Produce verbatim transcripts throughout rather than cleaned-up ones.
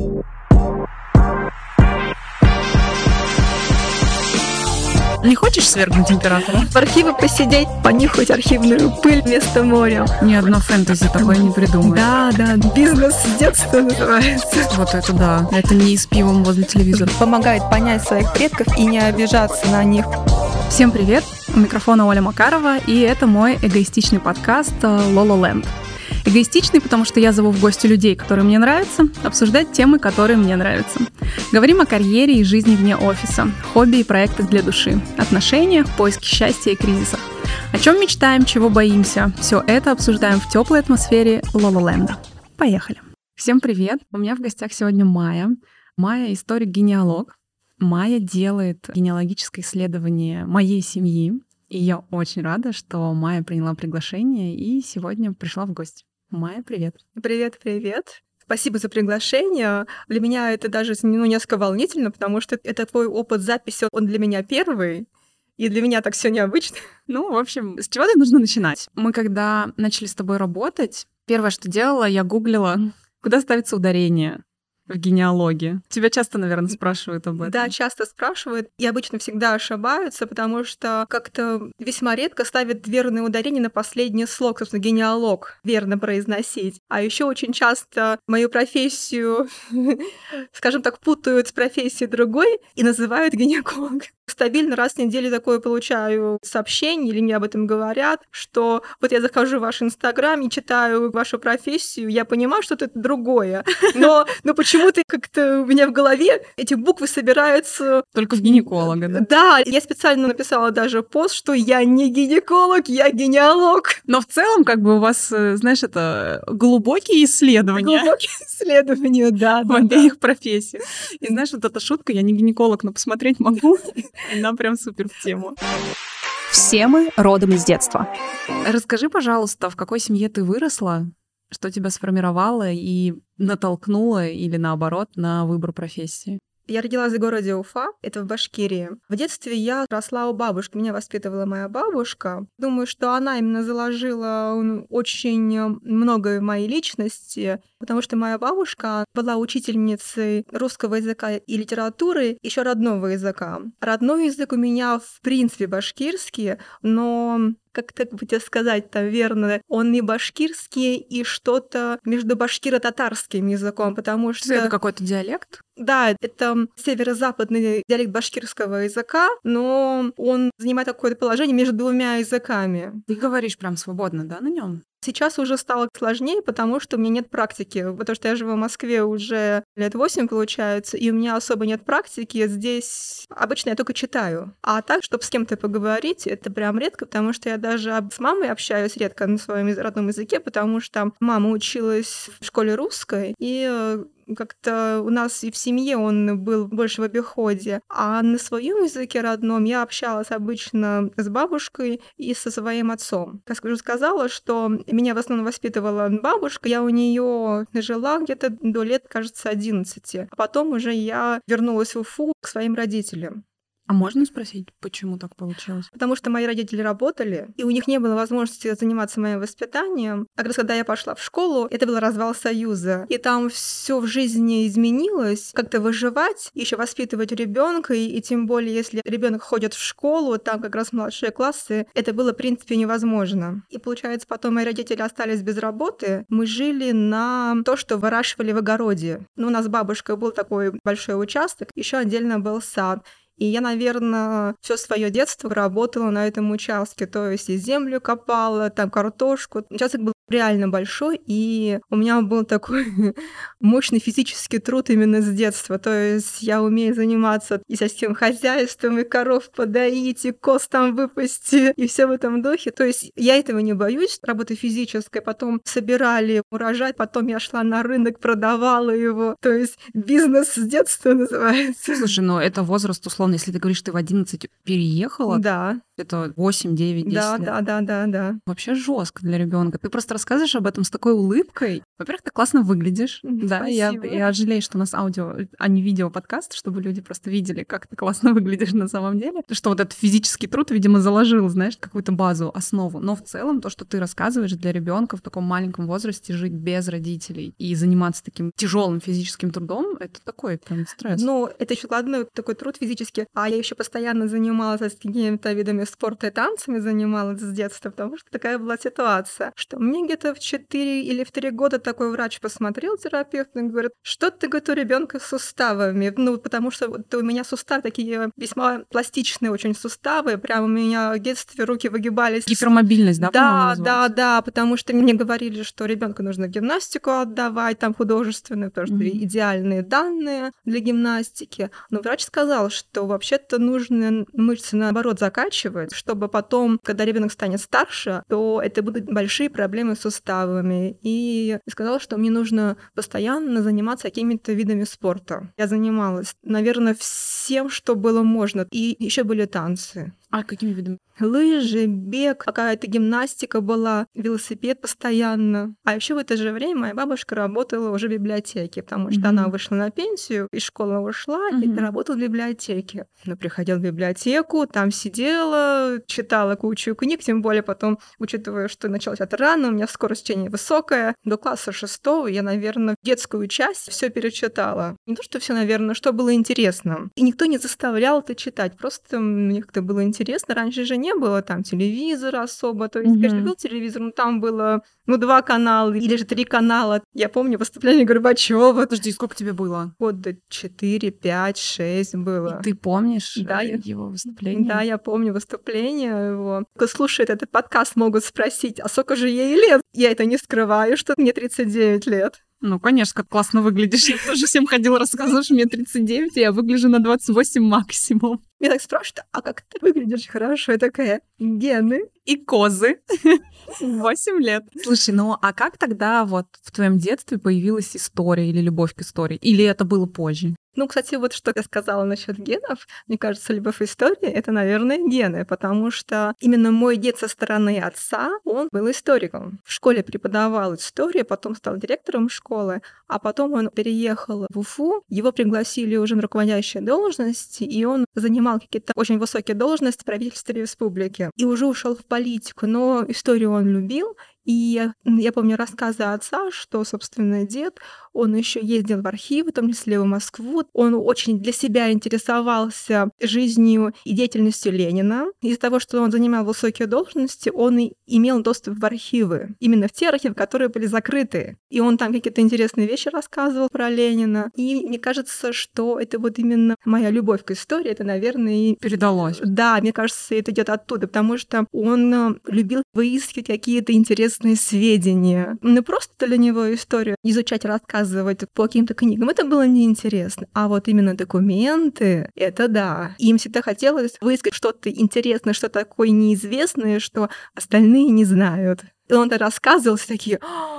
Не хочешь свергнуть императора? В архивы посидеть, понюхать архивную пыль вместо моря. Ни одно фэнтези такое не придумает. Да, да, бизнес с детства называется. Вот это да. Это не с пивом возле телевизора. Помогает понять своих предков и не обижаться на них. Всем привет! У микрофона Оля Макарова, и это мой эгоистичный подкаст «Лололенд». Эгоистичный, потому что я зову в гости людей, которые мне нравятся, обсуждать темы, которые мне нравятся. Говорим о карьере и жизни вне офиса, хобби и проектах для души, отношениях, поиске счастья и кризисах. О чем мечтаем, чего боимся. Все это обсуждаем в теплой атмосфере Лололенда. Поехали! Всем привет! У меня в гостях сегодня Майя. Майя — историк-генеалог. Майя делает генеалогическое исследование моей семьи. И я очень рада, что Майя приняла приглашение и сегодня пришла в гости. Майя, привет. Привет, привет. Спасибо за приглашение. Для меня это даже ну, несколько волнительно, потому что это твой опыт записи, он для меня первый. И для меня так все необычно. Ну, в общем, с чего-то нужно начинать. Мы когда начали с тобой работать, первое, что делала, я гуглила, куда ставится ударение в генеалогии. Тебя часто, наверное, спрашивают об этом. Да, часто спрашивают, и обычно всегда ошибаются, потому что как-то весьма редко ставят верное ударение на последний слог, собственно, генеалог, верно произносить. А еще очень часто мою профессию, скажем так, путают с профессией другой и называют гинекологом. Стабильно раз в неделю такое получаю сообщение, или мне об этом говорят, что вот я захожу в ваш Инстаграм и читаю вашу профессию, я понимаю, что это другое, но, но почему-то как-то у меня в голове эти буквы собираются... Только в гинеколога, да? Да, я специально написала даже пост, что я не гинеколог, я генеалог. Но в целом, как бы у вас, знаешь, это глубокие исследования. Глубокие исследования, да. В обеих профессиях. И знаешь, вот эта шутка, я не гинеколог, но посмотреть могу. Она прям супер в тему. Все мы родом из детства. Расскажи, пожалуйста, в какой семье ты выросла, что тебя сформировало и натолкнуло или наоборот на выбор профессии? Я родилась в городе Уфа, это в Башкирии. В детстве я росла у бабушки, меня воспитывала моя бабушка. Думаю, что она именно заложила очень многое в моей личности, потому что моя бабушка была учительницей русского языка и литературы, еще родного языка. Родной язык у меня в принципе башкирский, но... как так бы тебе сказать-то верно, он и башкирский, и что-то между башкиро-татарским языком, потому что... Это какой-то диалект? Да, это северо-западный диалект башкирского языка, но он занимает какое-то положение между двумя языками. Ты говоришь прям свободно, да, на нем? Сейчас уже стало сложнее, потому что у меня нет практики, потому что я живу в Москве уже лет восемь, получается, и у меня особо нет практики. Здесь обычно я только читаю. А так, чтобы с кем-то поговорить, это прям редко, потому что я даже с мамой общаюсь редко на своем родном языке, потому что мама училась в школе русской, и как-то у нас и в семье он был больше в обиходе. А на своем языке родном я общалась обычно с бабушкой и со своим отцом. Как уже сказала, что меня в основном воспитывала бабушка. Я у нее жила где-то до лет, кажется, одиннадцати. А потом уже я вернулась в Уфу к своим родителям. А можно спросить, почему так получилось? Потому что мои родители работали, и у них не было возможности заниматься моим воспитанием. А как раз когда я пошла в школу, это был развал Союза. И там все в жизни изменилось. Как-то выживать, еще воспитывать ребенка, и, и тем более, если ребенок ходит в школу, там как раз младшие классы, это было, в принципе, невозможно. И получается, потом мои родители остались без работы. Мы жили на то, что выращивали в огороде. Ну, у нас с бабушкой был такой большой участок, еще отдельно был сад. И я, наверное, все свое детство работала на этом участке, то есть и землю копала, там картошку. Участок был реально большой, и у меня был такой мощный физический труд именно с детства. То есть я умею заниматься и сельским хозяйством, и коров подоить, и коз там выпасти, и все в этом духе. То есть я этого не боюсь, работы физической. Потом собирали урожай, потом я шла на рынок, продавала его. То есть бизнес с детства называется. Слушай, ну это возраст, условно, если ты говоришь, ты в одиннадцать переехала, да. Это восемь, девять, десять да, лет. Да, да, да, да. Вообще жестко для ребенка. Ты просто рассказываешь об этом с такой улыбкой. Во-первых, ты классно выглядишь. Да, я, я жалею, что у нас аудио, а не видео подкаст, чтобы люди просто видели, как ты классно выглядишь на самом деле. Что вот этот физический труд, видимо, заложил, знаешь, какую-то базу, основу. Но в целом то, что ты рассказываешь для ребенка в таком маленьком возрасте жить без родителей и заниматься таким тяжелым физическим трудом, это такой прям стресс. Ну, это еще ладно, такой труд физический. А я еще постоянно занималась какими-то видами спорта и танцами, занималась с детства, потому что такая была ситуация, что мне где-то в четыре или в три года такой врач посмотрел, терапевт, и говорит, что ты, говорит, у ребенка с суставами? Ну, потому что вот у меня суставы такие весьма пластичные очень суставы, прям у меня в детстве руки выгибались. Гипермобильность, да, Да, да, да, потому что мне говорили, что ребенка нужно в гимнастику отдавать, там художественную, потому что mm-hmm. идеальные данные для гимнастики. Но врач сказал, что вообще-то нужно мышцы наоборот закачивать, чтобы потом, когда ребенок станет старше, то это будут большие проблемы с суставами. И сказал, что мне нужно постоянно заниматься какими-то видами спорта. Я занималась, наверное, всем, что было можно. И еще были танцы. А какими видами? Лыжи, бег, какая-то гимнастика была, велосипед постоянно. А еще в это же время моя бабушка работала уже в библиотеке, потому что mm-hmm. она вышла на пенсию, из школы ушла mm-hmm. и работала в библиотеке. Она приходила в библиотеку, там сидела, читала кучу книг, тем более потом, учитывая, что началось это рано, у меня скорость чтения высокая, до класса шестого я, наверное, детскую часть все перечитала. Не то, что все, наверное, что было интересно. И никто не заставлял это читать, просто мне как-то было интересно. Интересно, раньше же не было там телевизора особо, то есть, mm-hmm. конечно, был телевизор, но там было, ну, два канала или же три канала. Я помню выступление Горбачева. Подожди, сколько тебе было? Года четыре, пять, шесть было. И ты помнишь да, его выступление? Да, я помню выступление его. Кто слушает этот подкаст, могут спросить, а сколько же ей лет? Я это не скрываю, что мне тридцать девять лет. Ну, конечно, как классно выглядишь. Я тоже всем ходила, рассказываешь, мне тридцать девять, и я выгляжу на двадцать восемь максимум. Меня так спрашивают, а как ты выглядишь хорошо? Я такая, гены. И козы. восемь лет. Слушай, ну а как тогда вот в твоем детстве появилась история или любовь к истории? Или это было позже? Ну, кстати, вот что я сказала насчет генов, мне кажется, любовь к истории — это, наверное, гены, потому что именно мой дед со стороны отца, он был историком. В школе преподавал историю, потом стал директором школы, а потом он переехал в Уфу, его пригласили уже на руководящие должности, и он занимал какие-то очень высокие должности в правительстве республики, и уже ушел в политику, но историю он любил. И я, я помню рассказы отца, что, собственно, дед, он еще ездил в архивы, в том числе в Москву. Он очень для себя интересовался жизнью и деятельностью Ленина. Из-за того, что он занимал высокие должности, он и имел доступ в архивы. Именно в те архивы, которые были закрыты. И он там какие-то интересные вещи рассказывал про Ленина. И мне кажется, что это вот именно моя любовь к истории, это, наверное, и... передалось. Да, мне кажется, это идет оттуда, потому что он любил выискивать какие-то интересные сведения. Не просто для него историю изучать, рассказывать по каким-то книгам. Это было неинтересно. А вот именно документы, это да. Им всегда хотелось выискать что-то интересное, что такое неизвестное, что остальные не знают. И он-то рассказывал, все такие...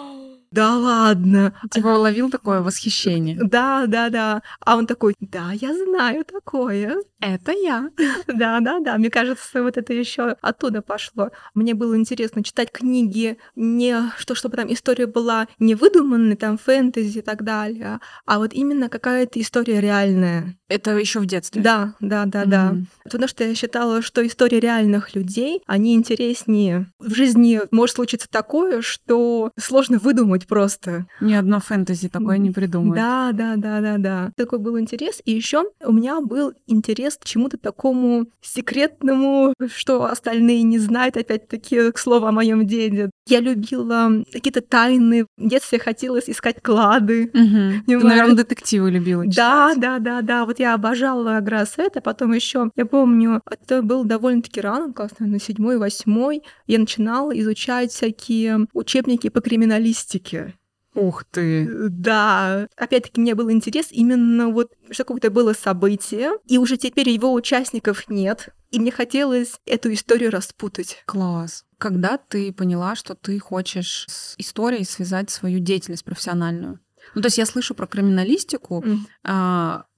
Да ладно. Типа ловил такое восхищение. Да, да, да. А он такой, да, я знаю такое. Это я. Да, да, да. Мне кажется, вот это еще оттуда пошло. Мне было интересно читать книги, не что, чтобы там история была не выдуманная, там фэнтези и так далее, а вот именно какая-то история реальная. Это еще в детстве? Да, да, да, mm-hmm. да. Потому что я считала, что истории реальных людей, они интереснее. В жизни может случиться такое, что сложно выдумать просто. Ни одно фэнтези такое не придумает. Да, да, да, да, да. Такой был интерес. И еще у меня был интерес к чему-то такому секретному, что остальные не знают. Опять-таки, к слову о моем деде. Я любила какие-то тайны. В детстве хотелось искать клады. Угу. Ты, наверное, детективы любила читать. Да, да, да, да. Вот я обожала как раз это. Потом еще, я помню, это был довольно-таки рано, класс, наверное, седьмой, восьмой. Я начинала изучать всякие учебники по криминалистике. Ух ты! Да. Опять-таки, мне был интерес именно вот, что какое-то было событие, и уже теперь его участников нет, и мне хотелось эту историю распутать. Класс. Когда ты поняла, что ты хочешь с историей связать свою деятельность профессиональную? Ну, то есть я слышу про криминалистику, mm. а,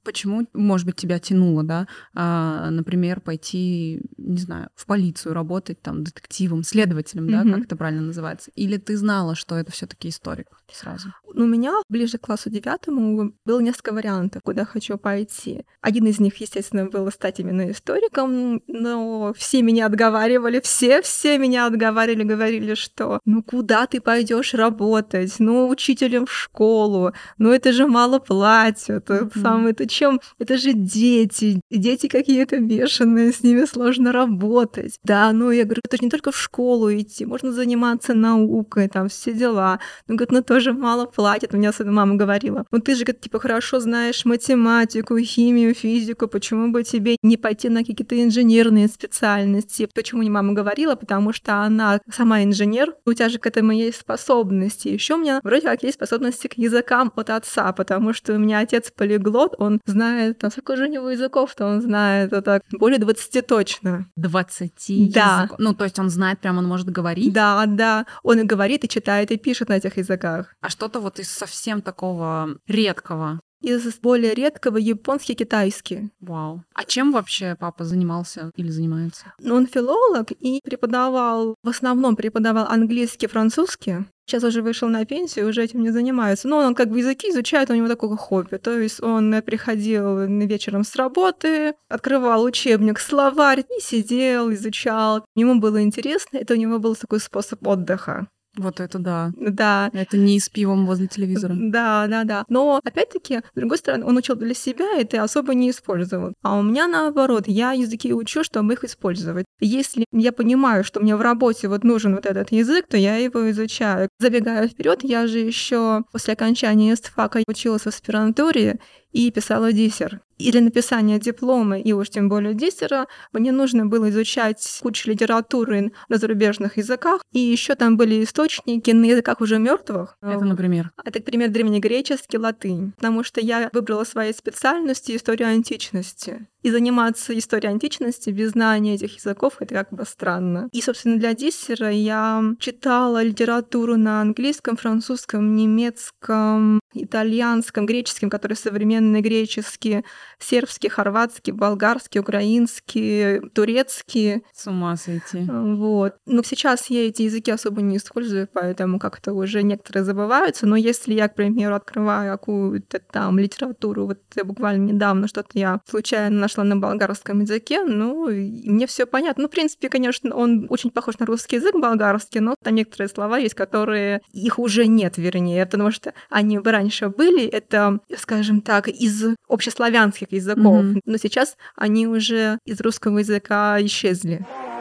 Почему, может быть, тебя тянуло, да, а, например, пойти, не знаю, в полицию работать, там, детективом, следователем, да, Мгм. как это правильно называется? Или ты знала, что это все таки историк сразу? У меня ближе к классу девятому было несколько вариантов, куда хочу пойти. Один из них, естественно, был стать именно историком, но все меня отговаривали, все, все меня отговаривали, говорили, что ну куда ты пойдешь работать, ну учителем в школу, ну это же мало платят, это Мгм. самое, это чем, это же дети, дети какие-то бешеные, с ними сложно работать. Да, ну я говорю, это же не только в школу идти, можно заниматься наукой, там все дела. Он говорит, ну тоже мало платят. У меня особенно мама говорила, ну ты же, говорит, типа, хорошо знаешь математику, химию, физику, почему бы тебе не пойти на какие-то инженерные специальности? Почему не мама говорила? Потому что она сама инженер, у тебя же к этому есть способности. Еще у меня вроде как есть способности к языкам от отца, потому что у меня отец полиглот, он знает, там, сколько же у него языков-то он знает, это более двадцати точно. двадцати Да. языков. Ну, то есть он знает, прям он может говорить? Да, да, он и говорит, и читает, и пишет на этих языках. А что-то вот из совсем такого редкого? Из более редкого японский, китайский. Вау. А чем вообще папа занимался или занимается? Но он филолог и преподавал, в основном преподавал английский, французский. Сейчас уже вышел на пенсию, уже этим не занимается. Но он как бы языки изучает, у него такое хобби. То есть он приходил вечером с работы, открывал учебник, словарь и сидел, изучал. Ему было интересно, это у него был такой способ отдыха. Вот это да. Да. Это не с пивом возле телевизора. Да, да, да. Но опять-таки, с другой стороны, он учил для себя, и ты особо не использовал. А у меня наоборот, я языки учу, чтобы их использовать. Если я понимаю, что мне в работе вот нужен вот этот язык, то я его изучаю. Забегая вперед, я же еще после окончания эстфака училась в аспирантуре и писала диссер. И для написания диплома, и уж тем более диссера, мне нужно было изучать кучу литературы на зарубежных языках, и еще там были источники на языках уже мертвых. Это, например? Это, например, древнегреческий, латынь. Потому что я выбрала своей специальностью историю античности. И заниматься историей античности без знания этих языков — это как бы странно. И, собственно, для диссера я читала литературу на английском, французском, немецком, итальянском, греческом, который современный греческий, сербский, хорватский, болгарский, украинский, турецкий. С ума сойти. Вот. Но сейчас я эти языки особо не использую, поэтому как-то уже некоторые забываются. Но если я, к примеру, открываю какую-то там литературу, вот буквально недавно что-то я случайно нашла на болгарском языке, ну, и мне все понятно. Ну, в принципе, конечно, он очень похож на русский язык болгарский, но там некоторые слова есть, которые... Их уже нет, вернее, потому что они раньше были, это, скажем так, из общеславянских языков, mm-hmm. но сейчас они уже из русского языка исчезли.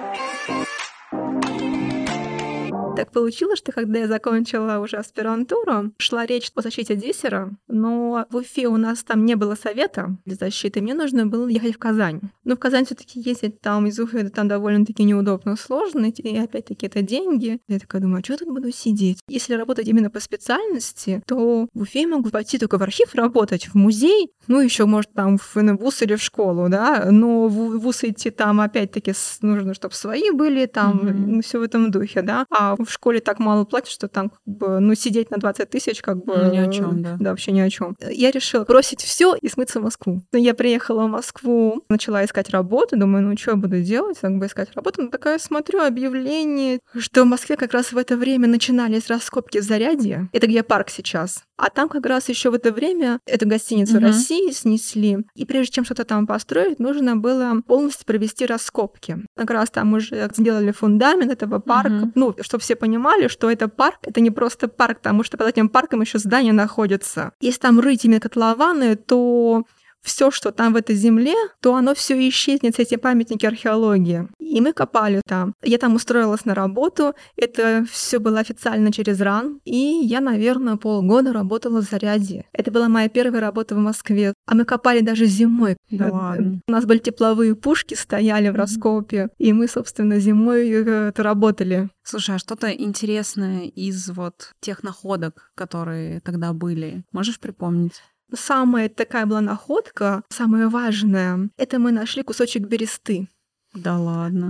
Так получилось, что когда я закончила уже аспирантуру, шла речь о защите диссера, но в Уфе у нас там не было совета для защиты, мне нужно было ехать в Казань. Но в Казань все-таки ездить там из Уфы, это там довольно-таки неудобно, сложно, и опять-таки это деньги. Я такая думаю, а что я тут буду сидеть? Если работать именно по специальности, то в Уфе я могу пойти только в архив работать, в музей, ну еще может там в вуз или в школу, да, но в вуз идти там опять-таки нужно, чтобы свои были, там mm-hmm. ну, все в этом духе, да, а в школе так мало платят, что там как бы, ну, сидеть на двадцать тысяч как бы... Ни о чем, да. Да, вообще ни о чем. Я решила бросить все и смыться в Москву. Я приехала в Москву, начала искать работу, думаю, ну, что я буду делать, как бы искать работу. Ну, такая смотрю объявление, что в Москве как раз в это время начинались раскопки в Зарядье. Это где парк сейчас. А там как раз еще в это время эту гостиницу uh-huh. России снесли. И прежде чем что-то там построить, нужно было полностью провести раскопки. Как раз там уже сделали фундамент этого парка, uh-huh. ну, чтобы все понимали, что это парк, это не просто парк, потому что под этим парком еще здание находится. Если там рыть именно котлованы, то все, что там в этой земле, то оно все исчезнет, эти памятники археологии. И мы копали там. Я там устроилась на работу, это все было официально через РАН, и я, наверное, полгода работала в Зарядье. Это была моя первая работа в Москве. А мы копали даже зимой. Да ладно. У нас были тепловые пушки, стояли в раскопе, и мы, собственно, зимой это работали. Слушай, а что-то интересное из вот тех находок, которые тогда были, можешь припомнить? Самая такая была находка, самая важная, это мы нашли кусочек бересты. Да ладно.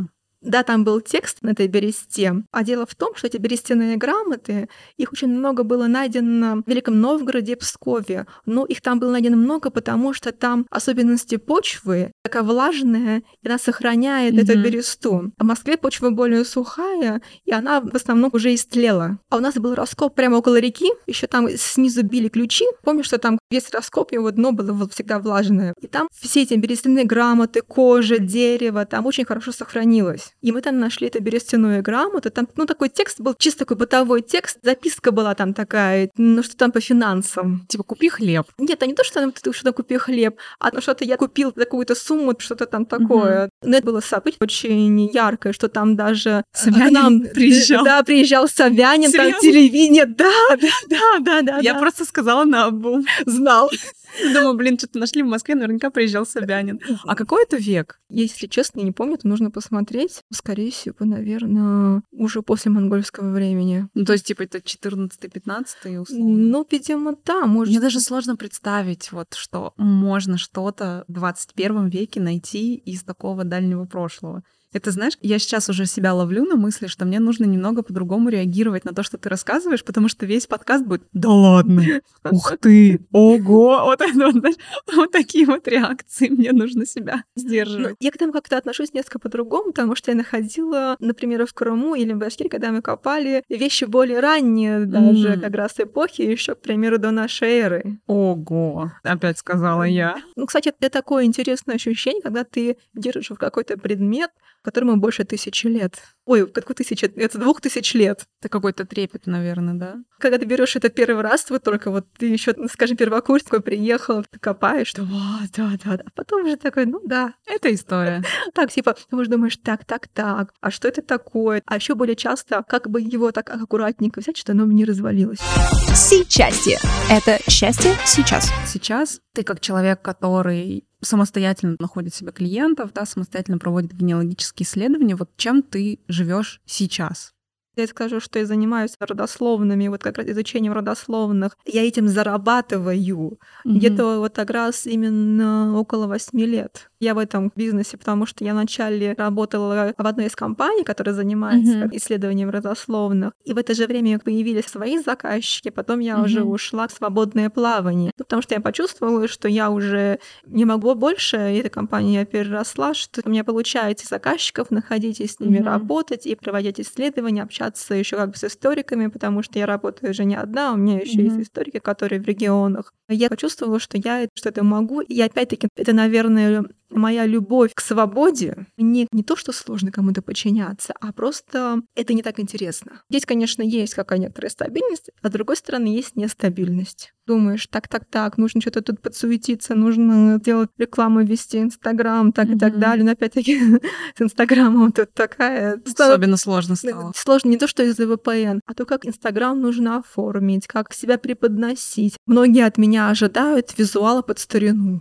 Да, там был текст на этой бересте, а дело в том, что эти берестяные грамоты, их очень много было найдено в Великом Новгороде и Пскове, но их там было найдено много, потому что там особенности почвы такая влажная, и она сохраняет mm-hmm. эту бересту. А в Москве почва более сухая, и она в основном уже истлела. А у нас был раскоп прямо около реки, еще там снизу били ключи. Помнишь, что там весь раскоп, его дно было вот всегда влажное. И там все эти берестяные грамоты, кожа, дерево, там очень хорошо сохранилось. И мы там нашли эту берестяную грамоту. Там, ну, такой текст был, чисто такой бытовой текст. Записка была там такая, ну, что там по финансам. Типа, купи хлеб. Нет, а не то, что там ты что-то купи хлеб, а ну, что-то я купил какую-то сумму, что-то там такое. Mm-hmm. Но это было событие очень яркое, что там даже Собянин к нам приезжал. Да, приезжал Собянин, Серьёзно? там телевидение. Да, да, да, да, да. Я да. просто сказала наобум. Знал. Думаю, блин, что-то нашли в Москве, наверняка приезжал Собянин. А какой это век? Если честно, не помню, то нужно посмотреть. Скорее всего, наверное, уже после монгольского времени. Ну, то есть, типа, это четырнадцатый-пятнадцатый, условно? Ну, видимо, да, может. Мне даже сложно представить, вот, что можно что-то в двадцать первом веке найти из такого дальнего прошлого. Это, знаешь, я сейчас уже себя ловлю на мысли, что мне нужно немного по-другому реагировать на то, что ты рассказываешь, потому что весь подкаст будет «Да ладно! Ух ты! Ого!» Вот это вот, знаешь, вот такие вот реакции мне нужно себя сдерживать. Ну, я к этому как-то отношусь несколько по-другому, потому что я находила, например, в Крыму или в Башкирии, когда мы копали, вещи более ранние даже, mm. как раз эпохи, еще, к примеру, до нашей эры. Ого! Опять сказала я. Ну, кстати, это такое интересное ощущение, когда ты держишь в какой-то предмет, которому больше тысячи лет. Ой, какой тысячи? Это двух тысяч лет. Это какой-то трепет, наверное, да? Когда ты берешь это первый раз, вот только вот ты еще, скажем, первокурсник такой приехал, ты копаешь, что вот, да, да, да. А потом уже такой, ну да. Это история. Так, типа, ты уже думаешь, так, так, так, а что это такое? А еще более часто, как бы его так аккуратненько взять, что оно не развалилось. Счастье. Это счастье сейчас. Сейчас ты как человек, который самостоятельно находит себе клиентов, да, самостоятельно проводит генеалогические исследования, вот чем ты живешь сейчас? Я скажу, что я занимаюсь родословными, вот как раз изучением родословных. Я этим зарабатываю. Mm-hmm. Где-то вот как раз именно около восьми лет. Я в этом бизнесе, потому что я вначале работала в одной из компаний, которая занимается mm-hmm. исследованием родословных. И в это же время появились свои заказчики, потом я mm-hmm. уже ушла в свободное плавание. Потому что я почувствовала, что я уже не могу больше, и эта компания переросла, что у меня получается заказчиков находить и с ними mm-hmm. работать, и проводить исследования, общаться еще как бы с историками, потому что я работаю уже не одна, у меня еще mm-hmm. есть историки, которые в регионах. Я почувствовала, что я что-то могу, и опять-таки это, наверное, моя любовь к свободе. Мне не то, что сложно кому-то подчиняться, а просто это не так интересно. Здесь, конечно, есть какая-то некоторая стабильность, а с другой стороны есть нестабильность. Думаешь, так-так-так, нужно что-то тут подсуетиться, нужно делать рекламу, вести Инстаграм, так mm-hmm. и так далее. Но опять-таки с Инстаграмом тут такая... Особенно сложно стало. Сложно не то, что из-за вэ пэ эн, а то, как Инстаграм нужно оформить, как себя преподносить. Многие от меня ожидают визуала под старину.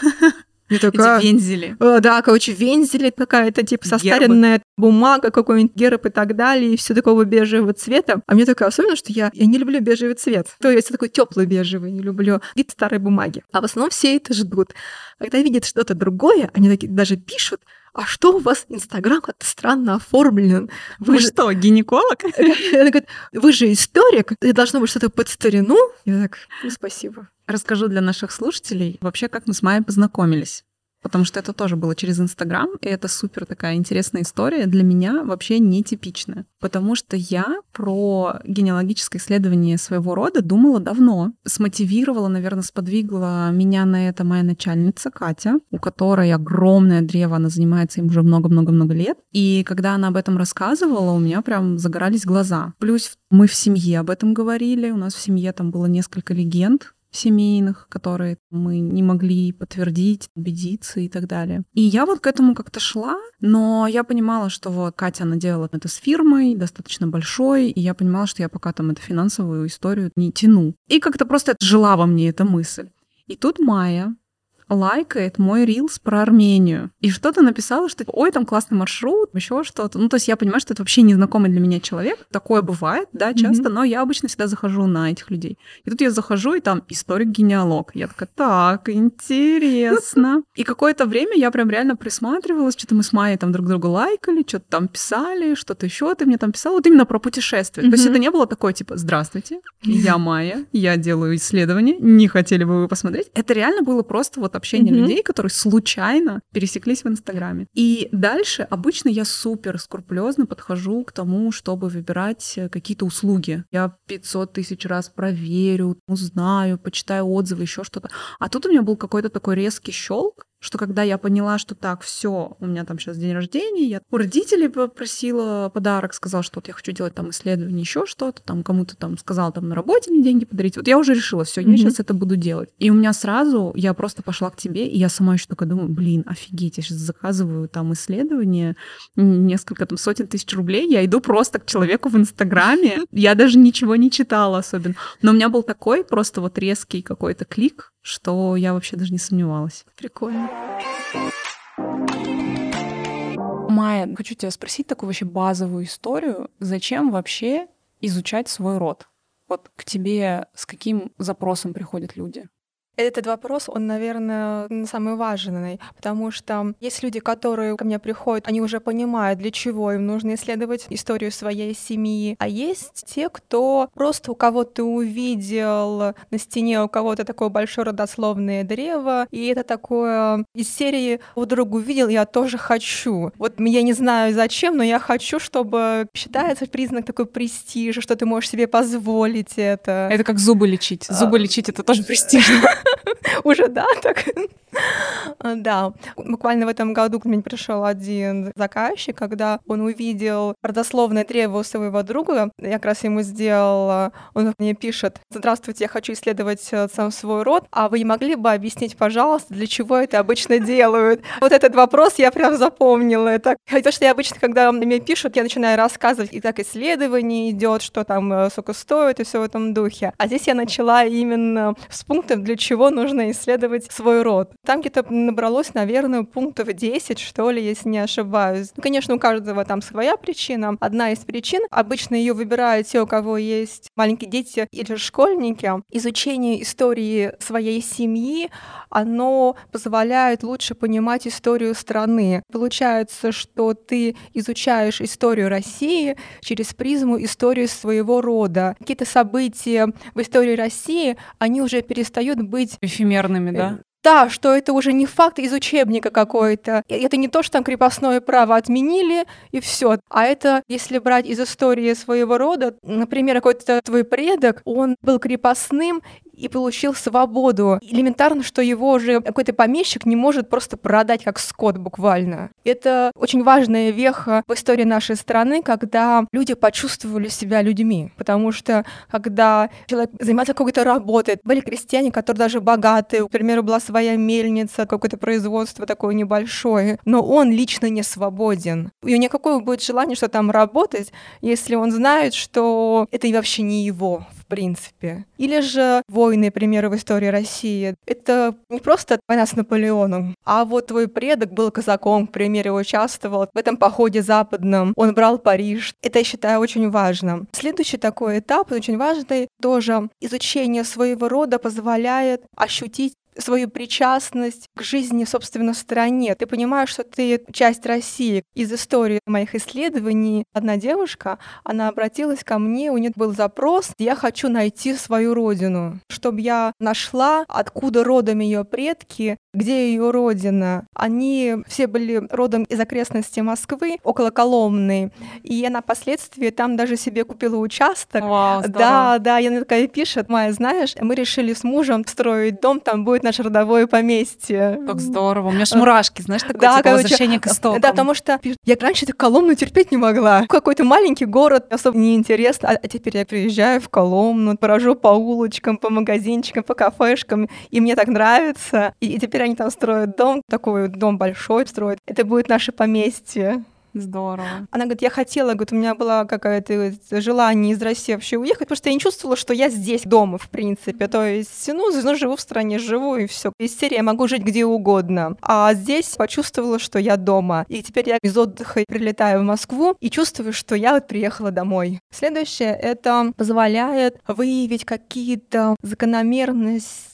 Такая, эти вензели. Э, да, короче, вензели какая-то, типа, состаренная гербы. Бумага, какой-нибудь герб и так далее, и все такого бежевого цвета. А мне такая особенность, что я, я не люблю бежевый цвет. То есть я такой теплый бежевый, не люблю вид старой бумаги. А в основном все это ждут. Когда видят что-то другое, они такие даже пишут: а что у вас Инстаграм как-то странно оформлен? Вы, Вы же... что, гинеколог? Она говорит: вы же историк, и должно быть что-то под старину. Я так, ну, спасибо. Расскажу для наших слушателей вообще, как мы с Майей познакомились. Потому что это тоже было через Инстаграм, и это супер такая интересная история, для меня вообще нетипичная. Потому что я про генеалогическое исследование своего рода думала давно. Смотивировала, наверное, сподвигла меня на это моя начальница Катя, у которой огромное древо, она занимается им уже много-много-много лет. И когда она об этом рассказывала, у меня прям загорались глаза. Плюс мы в семье об этом говорили, у нас в семье там было несколько легенд семейных, которые мы не могли подтвердить, убедиться и так далее. И я вот к этому как-то шла, но я понимала, что вот Катя, она делала это с фирмой, достаточно большой, и я понимала, что я пока там эту финансовую историю не тяну. И как-то просто жила во мне эта мысль. И тут Майя, лайкает мой рилс про Армению. И что-то написала, что ой, там классный маршрут, еще что-то. Ну, то есть я понимаю, что это вообще незнакомый для меня человек. Такое бывает, да, часто, mm-hmm. но я обычно всегда захожу на этих людей. И тут я захожу, и там историк-генеалог. Я такая, так, интересно. И какое-то время я прям реально присматривалась, что-то мы с Майей там друг друга лайкали, что-то там писали, что-то еще ты мне там писала. Вот именно про путешествия. Mm-hmm. То есть это не было такое, типа, здравствуйте, я Майя, я делаю исследования, не хотели бы вы посмотреть? Это реально было просто вот общение mm-hmm. людей, которые случайно пересеклись в Инстаграме. И дальше обычно я супер скрупулезно подхожу к тому, чтобы выбирать какие-то услуги. Я пятьсот тысяч раз проверю, узнаю, почитаю отзывы, еще что-то. А тут у меня был какой-то такой резкий щелк, что когда я поняла, что так, все, у меня там сейчас день рождения, я у родителей попросила подарок, сказала, что вот я хочу делать там исследование, еще что-то, там кому-то там сказала там на работе мне деньги подарить. Вот я уже решила, все, я mm-hmm. сейчас это буду делать. И у меня сразу, я просто пошла к тебе, и я сама еще такая думаю, блин, офигеть, я сейчас заказываю там исследование, несколько там сотен тысяч рублей, я иду просто к человеку в Инстаграме, я даже ничего не читала особенно. Но у меня был такой просто вот резкий какой-то клик, что я вообще даже не сомневалась. Прикольно. Майя, хочу тебя спросить такую вообще базовую историю. Зачем вообще изучать свой род? Вот к тебе с каким запросом приходят люди? Этот вопрос, он, наверное, самый важный, потому что есть люди, которые ко мне приходят, они уже понимают, для чего им нужно исследовать историю своей семьи, а есть те, кто просто у кого-то ты увидел на стене у кого-то такое большое родословное древо, и это такое из серии «Вдруг увидел, я тоже хочу». Вот я не знаю зачем, но я хочу, чтобы считается признак такой престижа, что ты можешь себе позволить это. Это как зубы лечить. Зубы лечить — это тоже престижно. Уже, да, так? Да. Буквально в этом году к мне пришел один заказчик, когда он увидел родословное древо у своего друга. Я как раз ему сделала, он мне пишет: «Здравствуйте, я хочу исследовать сам свой род, а вы не могли бы объяснить, пожалуйста, для чего это обычно делают?» Вот этот вопрос я прям запомнила. Это то, что я обычно, когда мне пишут, я начинаю рассказывать, и так исследование идет, что там сколько стоит, и все в этом духе. А здесь я начала именно с пунктов, для чего нужно исследовать свой род. Там где-то набралось, наверное, пунктов десять, что ли, если не ошибаюсь. Ну, конечно, у каждого там своя причина. Одна из причин, обычно ее выбирают те, у кого есть маленькие дети или школьники. Изучение истории своей семьи, оно позволяет лучше понимать историю страны. Получается, что ты изучаешь историю России через призму истории своего рода. Какие-то события в истории России, они уже перестают быть эфемерными, да? Да, что это уже не факт из учебника какой-то. Это не то, что там крепостное право отменили, и все. А это, если брать из истории своего рода, например, какой-то твой предок, он был крепостным и получил свободу. Элементарно, что его уже какой-то помещик не может просто продать как скот буквально. Это очень важная веха в истории нашей страны, когда люди почувствовали себя людьми. Потому что когда человек занимается какой-то работой, были крестьяне, которые даже богатые, к примеру, была своя мельница, какое-то производство такое небольшое, но он лично не свободен. У него никакого будет желания, что там работать, если он знает, что это вообще не его, в принципе. Или же войны, примеры в истории России. Это не просто война с Наполеоном, а вот твой предок был казаком, к примеру, участвовал в этом походе западном, он брал Париж. Это, я считаю, очень важно. Следующий такой этап, очень важный, тоже изучение своего рода позволяет ощутить свою причастность к жизни, собственно, в стране. Ты понимаешь, что ты часть России. Из истории моих исследований одна девушка, она обратилась ко мне, у нее был запрос: я хочу найти свою родину, чтобы я нашла, откуда родом ее предки, где ее родина. Они все были родом из окрестностей Москвы, около Коломны, и она впоследствии там даже себе купила участок. Вау, да, да, и она такая пишет: Майя, знаешь, мы решили с мужем строить дом, там будет наше родовое поместье. Так здорово. У меня ж мурашки, знаешь, такое да, типа короче, возвращение к истокам. Да, потому что я раньше эту Коломну терпеть не могла. Какой-то маленький город, особо неинтересно. А, а теперь я приезжаю в Коломну, брожу по улочкам, по магазинчикам, по кафешкам, и мне так нравится. И, и теперь они там строят дом, такой дом большой строят. Это будет наше поместье. Здорово. Она говорит, я хотела, говорит, у меня было какое-то желание из России вообще уехать, потому что я не чувствовала, что я здесь дома, в принципе. То есть, ну, ну живу в стране, живу, и все. Из серии я могу жить где угодно. А здесь почувствовала, что я дома. И теперь я из отдыха прилетаю в Москву и чувствую, что я вот приехала домой. Следующее, это позволяет выявить какие-то закономерности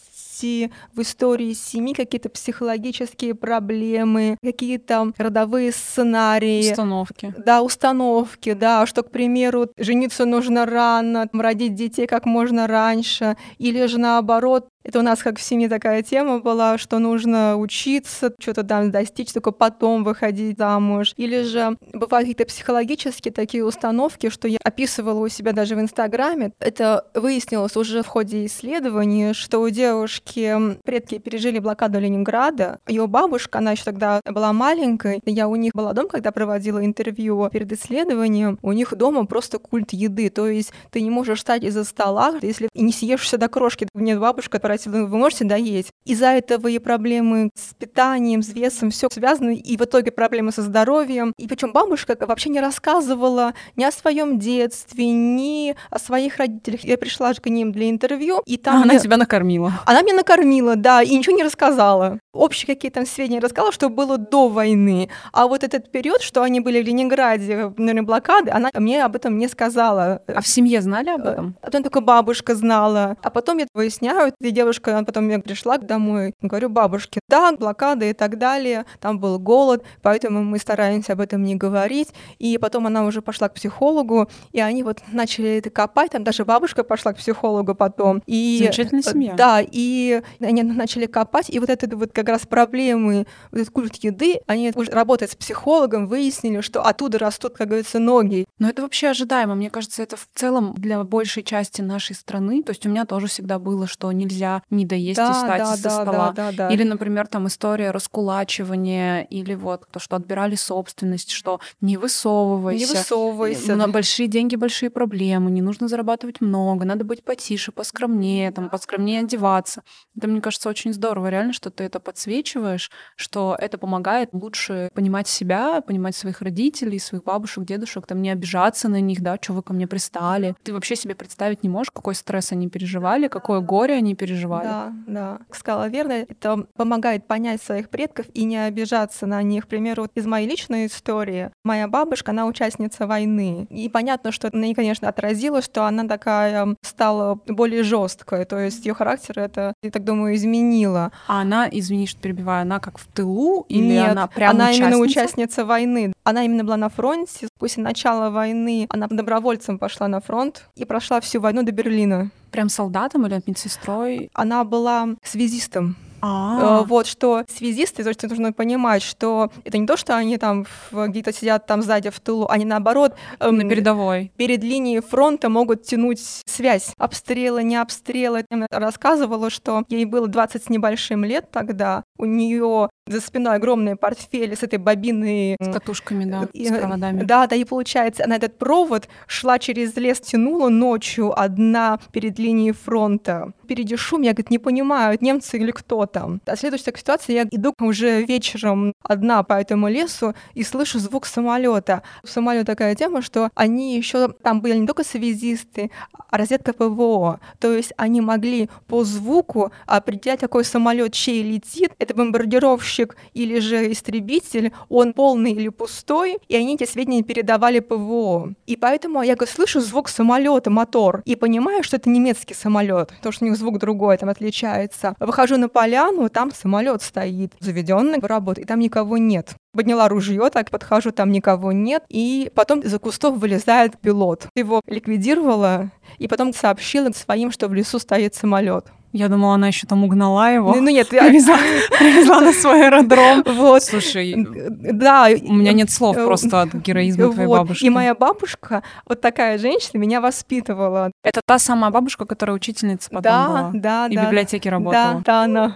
в истории семьи, какие-то психологические проблемы, какие-то родовые сценарии. Установки. Да, установки, да, что, к примеру, жениться нужно рано, родить детей как можно раньше, или же наоборот, это у нас как в семье такая тема была, что нужно учиться, что-то там достичь, только потом выходить замуж. Или же бывают какие-то психологические такие установки, что я описывала у себя даже в Инстаграме. Это выяснилось уже в ходе исследований, что у девушки предки пережили блокаду Ленинграда. Ее бабушка, она еще тогда была маленькой. Я у них была дома, когда проводила интервью перед исследованием. У них дома просто культ еды. То есть ты не можешь встать из-за стола, если не съешь все до крошки. Мне бабушка вы можете доесть. Из-за этого и проблемы с питанием, с весом, все связано, и в итоге проблемы со здоровьем. И причем бабушка вообще не рассказывала ни о своем детстве, ни о своих родителях. Я пришла к ним для интервью, и там... А она мне... тебя накормила. Она меня накормила, да, и ничего не рассказала. Общие какие-то там сведения рассказала, что было до войны. А вот этот период, что они были в Ленинграде, наверное, блокады, она мне об этом не сказала. А в семье знали об этом? А потом только бабушка знала. А потом я выясняю, и девушка потом я пришла домой, говорю бабушке, да, блокада и так далее, там был голод, поэтому мы стараемся об этом не говорить. И потом она уже пошла к психологу, и они вот начали это копать, там даже бабушка пошла к психологу потом. И, замечательная семья. Да, и они начали копать, и вот это вот как раз проблемы, вот этот культ еды, они уже работая с психологом выяснили, что оттуда растут, как говорится, ноги. Но это вообще ожидаемо. Мне кажется, это в целом для большей части нашей страны. То есть у меня тоже всегда было, что нельзя не доесть да, и встать да, из-за да, стола. Да, да, да. Или, например, там история раскулачивания, или вот то, что отбирали собственность, что не высовывайся. Не высовывайся. На большие деньги, большие проблемы, не нужно зарабатывать много, надо быть потише, поскромнее, там, поскромнее одеваться. Это, мне кажется, очень здорово, реально, что ты это подсвечиваешь, что это помогает лучше понимать себя, понимать своих родителей, своих бабушек, дедушек, там, не обижаться на них, да, что вы ко мне пристали. Ты вообще себе представить не можешь, какой стресс они переживали, какое горе они переживали. Да, да. Сказала верно. Это помогает понять своих предков и не обижаться на них. К примеру, вот из моей личной истории. Моя бабушка, она участница войны. И понятно, что на ней, конечно, отразилось, что она такая стала более жесткой. То есть ее характер это, я так думаю, изменило. А она, извини, что перебиваю, она как в тылу или Нет, она прямо она участница? именно участница войны. Она именно была на фронте. После начала войны она добровольцем пошла на фронт и прошла всю войну до Берлина. Прям солдатом или медсестрой? Она была связистом. А-а-а. Вот, что связисты, то есть нужно понимать, что это не то, что они там где-то сидят там сзади в тылу, они наоборот эм, на передовой. Перед линией фронта могут тянуть связь. Обстрелы, не обстрелы. Она рассказывала, что ей было двадцать с небольшим лет тогда. У нее за спиной огромные портфели с этой бобиной. С катушками, да, и, с проводами. Да, да, и получается, она этот провод шла через лес, тянула ночью одна перед линией фронта. Впереди шум, я, говорит, не понимаю, немцы или кто там. А следующая ситуация, я иду уже вечером одна по этому лесу и слышу звук самолета. У самолета такая тема, что они еще там были не только связисты, а разведка ПВО. То есть они могли по звуку определять, какой самолет чей летит. Это бомбардировщик или же истребитель, он полный или пустой, и они эти сведения передавали ПВО. И поэтому я говорю, слышу звук самолета, мотор, и понимаю, что это немецкий самолет, потому что у них звук другой, там отличается. Выхожу на поляну, там самолет стоит, заведенный, работает, и там никого нет. Подняла ружье, так подхожу, там никого нет, и потом из-за кустов вылезает пилот. Его ликвидировала, и потом сообщила своим, что в лесу стоит самолет. Я думала, она еще там угнала его. Ну, ну нет, привезла, привезла на свой аэродром. Вот. Слушай, да. У меня нет слов просто от героизма твоей вот. бабушки. И моя бабушка, вот такая женщина, меня воспитывала. Это та самая бабушка, которая учительница потом да, была? Да, И да. в библиотеке работала? Да, да, она.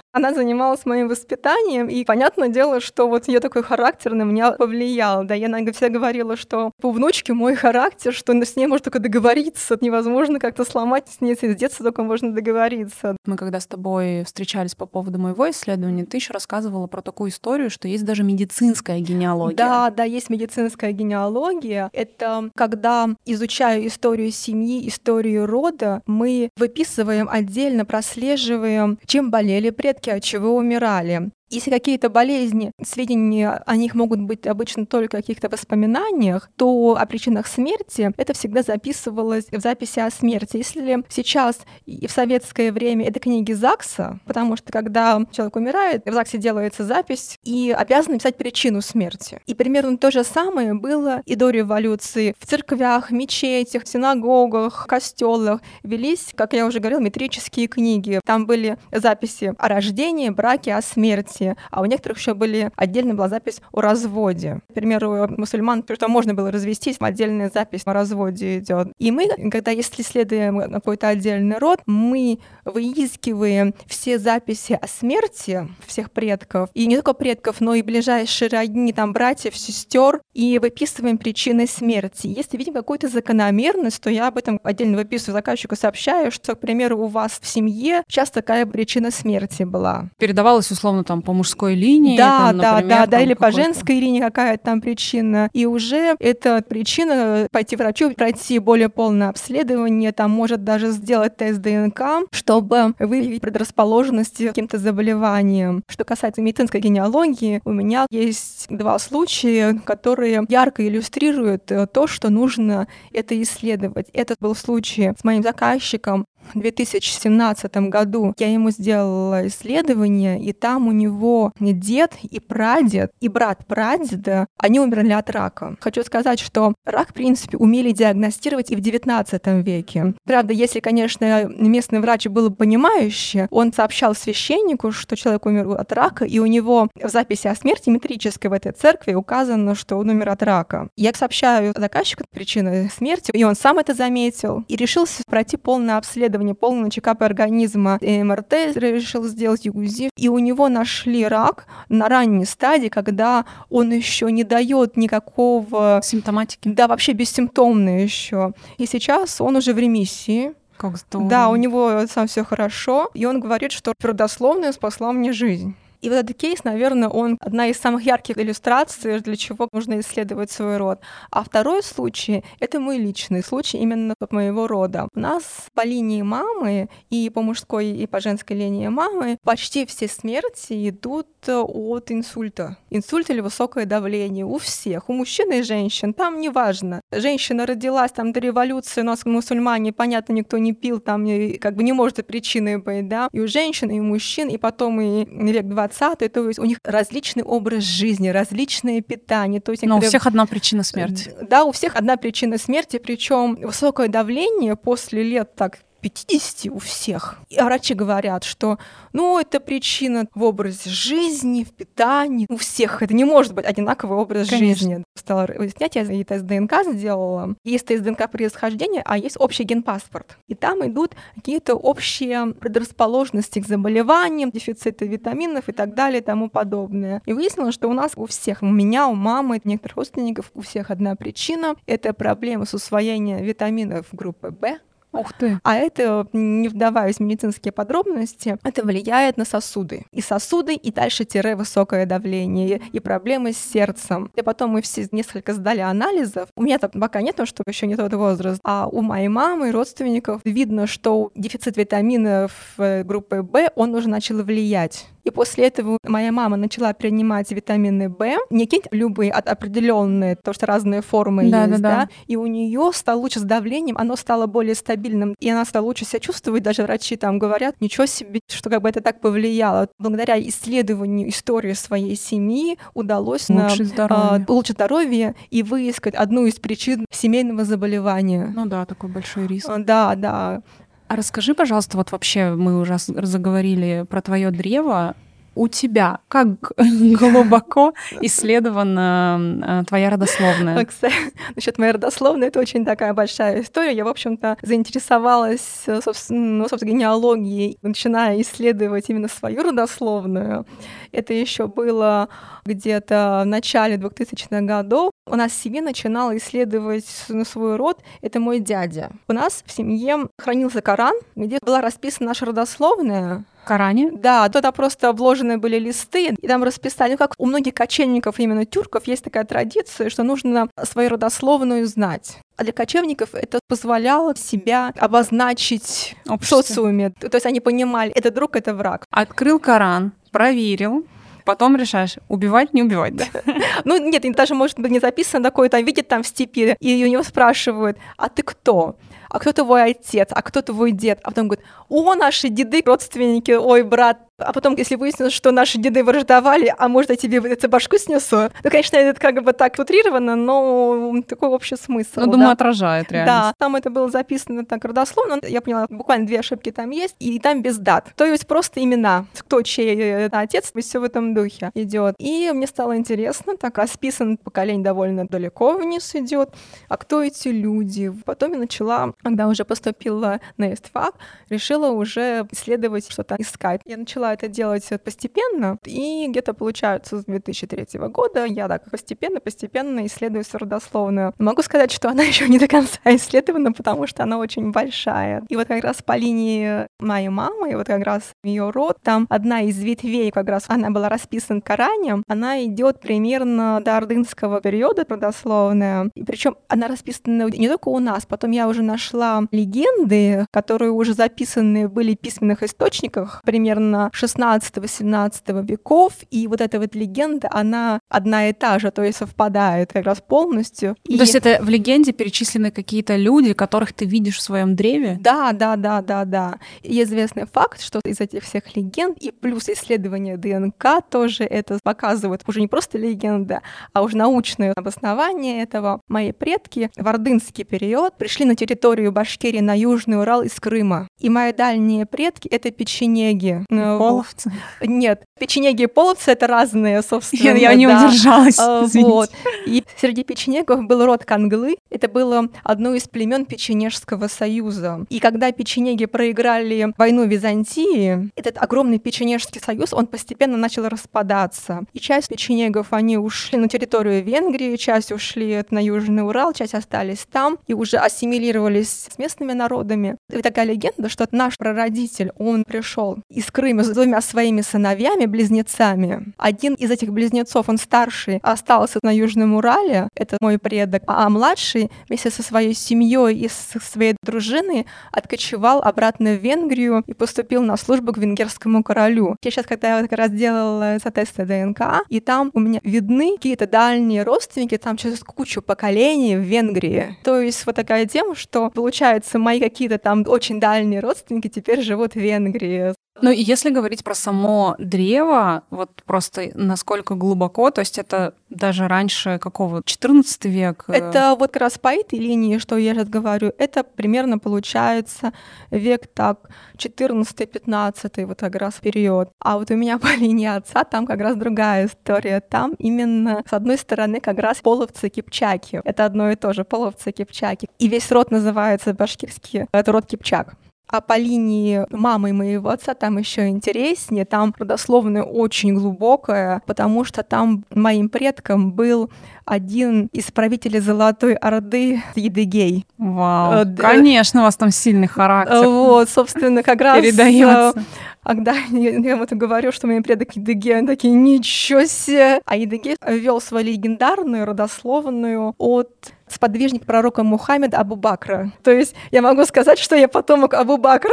Она занималась моим воспитанием, и понятное дело, что вот ее такой характер на меня повлиял. Да, я иногда всегда говорила, что по внучке мой характер, что с ней можно только договориться, невозможно как-то сломать, с ней с детства только можно договориться. Мы когда с тобой встречались по поводу моего исследования, ты еще рассказывала про такую историю, что есть даже медицинская генеалогия. Да, да, есть медицинская генеалогия. Это когда изучая историю семьи, историю рода, мы выписываем отдельно, прослеживаем, чем болели предки, от чего умирали. Если какие-то болезни, сведения о них могут быть обычно только в каких-то воспоминаниях, то о причинах смерти это всегда записывалось в записи о смерти. Если сейчас и в советское время это книги ЗАГСа, потому что когда человек умирает, в ЗАГСе делается запись и обязаны писать причину смерти. И примерно то же самое было и до революции. В церквях, мечетях, синагогах, костелах велись, как я уже говорила, метрические книги. Там были записи о рождении, браке, о смерти. А у некоторых еще были отдельно была запись о разводе. Например, у мусульман, что можно было развестись, отдельная запись о разводе идет. И мы, когда если исследуем какой-то отдельный род, мы выискиваем все записи о смерти всех предков, и не только предков, но и ближайшие родни, там, братьев, сестер, и выписываем причины смерти. Если видим какую-то закономерность, то я об этом отдельно выписываю заказчику, сообщаю, что, к примеру, у вас в семье часто такая причина смерти была. Передавалось условно там по мужской линии. Да, там, да, например, да, да, там или по какой-то... женской линии какая-то там причина. И уже эта причина пойти к врачу, пройти более полное обследование, там может даже сделать тест ДНК, чтобы выявить предрасположенность к каким-то заболеваниям. Что касается медицинской генеалогии, у меня есть два случая, которые ярко иллюстрируют то, что нужно это исследовать. Это был случай с моим заказчиком. В две тысячи семнадцатом году я ему сделала исследование, и там у него дед и прадед, и брат прадеда, они умерли от рака. Хочу сказать, что рак, в принципе, умели диагностировать и в девятнадцатом веке. Правда, если, конечно, местный врач был понимающий, он сообщал священнику, что человек умер от рака, и у него в записи о смерти метрической в этой церкви указано, что он умер от рака. Я сообщаю заказчику причину смерти, и он сам это заметил, и решился пройти полное обследование, полный чекап организма, эм эр тэ решил сделать, УЗИ, и у него нашли рак на ранней стадии, когда он еще не дает никакого симптоматики. Да, вообще бессимптомный еще. И сейчас он уже в ремиссии. Как здорово. Да, у него сам все хорошо, и он говорит, что родословная спасла мне жизнь. И вот этот кейс, наверное, он одна из самых ярких иллюстраций, для чего нужно исследовать свой род. А второй случай — это мой личный случай именно от моего рода. У нас по линии мамы и по мужской, и по женской линии мамы почти все смерти идут от инсульта. Инсульт или высокое давление у всех, у мужчин и женщин, там неважно. Женщина родилась там до революции, у нас мусульмане, понятно, никто не пил, там как бы не может причиной быть, да, и у женщин, и у мужчин, и потом и век двадцатый, то есть у них различный образ жизни, различное питание. То есть, Но когда... у всех одна причина смерти. Да, у всех одна причина смерти, причем высокое давление после лет так пятидесяти у всех. И врачи говорят, что ну, это причина в образе жизни, в питании. У всех это не может быть одинаковый образ Конечно. жизни. Стала выяснять, я и тест ДНК сделала. Есть тест ДНК происхождения, а есть общий генпаспорт. И там идут какие-то общие предрасположенности к заболеваниям, дефициты витаминов и так далее и тому подобное. И выяснилось, что у нас у всех, у меня, у мамы, у некоторых родственников, у всех одна причина — это проблемы с усвоением витаминов группы В. Ух ты. А это, не вдаваясь в медицинские подробности, это влияет на сосуды. И сосуды, и дальше тире высокое давление, и проблемы с сердцем. И потом мы все несколько сдали анализов. У меня там пока нет, потому что еще не тот возраст. А у моей мамы и родственников видно, что дефицит витаминов группы В, он уже начал влиять. И после этого моя мама начала принимать витамины В, не какие-то любые, а определенные, потому что разные формы да, есть, да, да, да. И у нее стало лучше с давлением, оно стало более стабильным, и она стала лучше себя чувствовать. Даже врачи там говорят, ничего себе, что как бы это так повлияло. Благодаря исследованию истории своей семьи удалось улучшить на, здоровье. А, улучшить здоровье и выискать одну из причин семейного заболевания. Ну да, такой большой риск. Да, да. А расскажи, пожалуйста, вот вообще мы уже заговорили про твое древо. у тебя как глубоко исследована твоя родословная? Кстати, насчет моей родословной, это очень такая большая история. Я, в общем-то, заинтересовалась, собственно, ну, собственно, генеалогией, начиная исследовать именно свою родословную. Это еще было где-то в начале двухтысячных годов. У нас в семье начинала исследовать свой род. Это мой дядя. У нас в семье хранился Коран, где была расписана наша родословная. В Коране? Да, туда просто обложены были листы, и там расписали, ну, как у многих кочевников, именно тюрков, есть такая традиция, что нужно свою родословную знать. А для кочевников это позволяло себя обозначить в социуме. То есть они понимали, это друг, это враг. Открыл Коран, проверил, потом решаешь, убивать, не убивать, да? Ну нет, даже, может быть, не записано такое, там видит там в степи, и у него спрашивают, а ты кто? А кто твой отец? А кто твой дед? А потом говорит, о, наши деды, родственники, ой, брат. А потом, если выяснилось, что наши деды враждовали, а может, я тебе эту башку снесу? Ну, конечно, это как бы так утрировано, но такой общий смысл. Ну, думаю, да? Отражает реально. Да, там это было записано так родословно. Я поняла, буквально две ошибки там есть, и там без дат. То есть просто имена, кто чей отец, и все в этом духе идет. И мне стало интересно, так расписан поколение довольно далеко вниз идет. А кто эти люди? Потом я начала, когда уже поступила на ИСТФАК, решила уже исследовать, что-то искать. Я начала это делать постепенно, и где-то, получается, с две тысячи третьего года я так постепенно-постепенно исследую свою родословную. Могу сказать, что она еще не до конца исследована, потому что она очень большая. И вот как раз по линии моей мамы, и вот как раз ее род, там одна из ветвей, как раз она была расписана в Коране, она идет примерно до ордынского периода родословная, и причем она расписана не только у нас, потом я уже нашла легенды, которые уже записаны были в письменных источниках, примерно шестнадцатого-семнадцатого веков, и вот эта вот легенда, она одна и та же, то есть совпадает как раз полностью. И... То есть это в легенде перечислены какие-то люди, которых ты видишь в своем древе? Да, да, да, да, да. И известный факт, что из этих всех легенд и плюс исследования ДНК тоже это показывают уже не просто легенда, а уже научное обоснование этого. Мои предки в ордынский период пришли на территорию Башкирии на Южный Урал из Крыма. И мои дальние предки — это печенеги. Половцы? Нет, печенеги и половцы — это разные, собственно. Я, я не да. удержалась, извините. Вот. И среди печенегов был род Канглы. Это было одно из племен Печенежского союза. И когда печенеги проиграли войну Византии, этот огромный Печенежский союз, он постепенно начал распадаться. И часть печенегов, они ушли на территорию Венгрии, часть ушли на Южный Урал, часть остались там и уже ассимилировались с местными народами. И такая легенда, что наш прародитель, он пришел из Крыма с двумя своими сыновьями, близнецами. Один из этих близнецов, он старший, остался на Южном Урале, это мой предок, а младший вместе со своей семьей и со своей дружиной откочевал обратно в Венгрию и поступил на службу к венгерскому королю. Я сейчас, когда я как раз делала тесты ДНК, и там у меня видны какие-то дальние родственники, там через кучу поколений в Венгрии. То есть вот такая тема, что, получается, мои какие-то там очень дальние родственники теперь живут в Венгрии. Ну и если говорить про само древо, вот просто насколько глубоко, то есть это даже раньше какого, четырнадцатый век? Это вот как раз по этой линии, что я сейчас говорю, это примерно получается век так четырнадцатый-пятнадцатый вот как раз период. А вот у меня по линии отца там как раз другая история. Там именно с одной стороны как раз половцы-кипчаки. Это одно и то же, половцы-кипчаки. И весь род называется башкирский, это род Кипчак. А по линии мамы моего отца там еще интереснее, там родословная очень глубокая, потому что там моим предком был один из правителей Золотой Орды Едыгей. Вау, э, конечно, у вас там сильный характер. Вот, собственно, как раз... Передаётся. Когда я, я вот говорю, что мои предок Едыгей, они такие, ничего себе! А Едыгей вел свою легендарную родословную от сподвижника пророка Мухаммеда Абу Бакра. То есть я могу сказать, что я потомок Абу Бакра.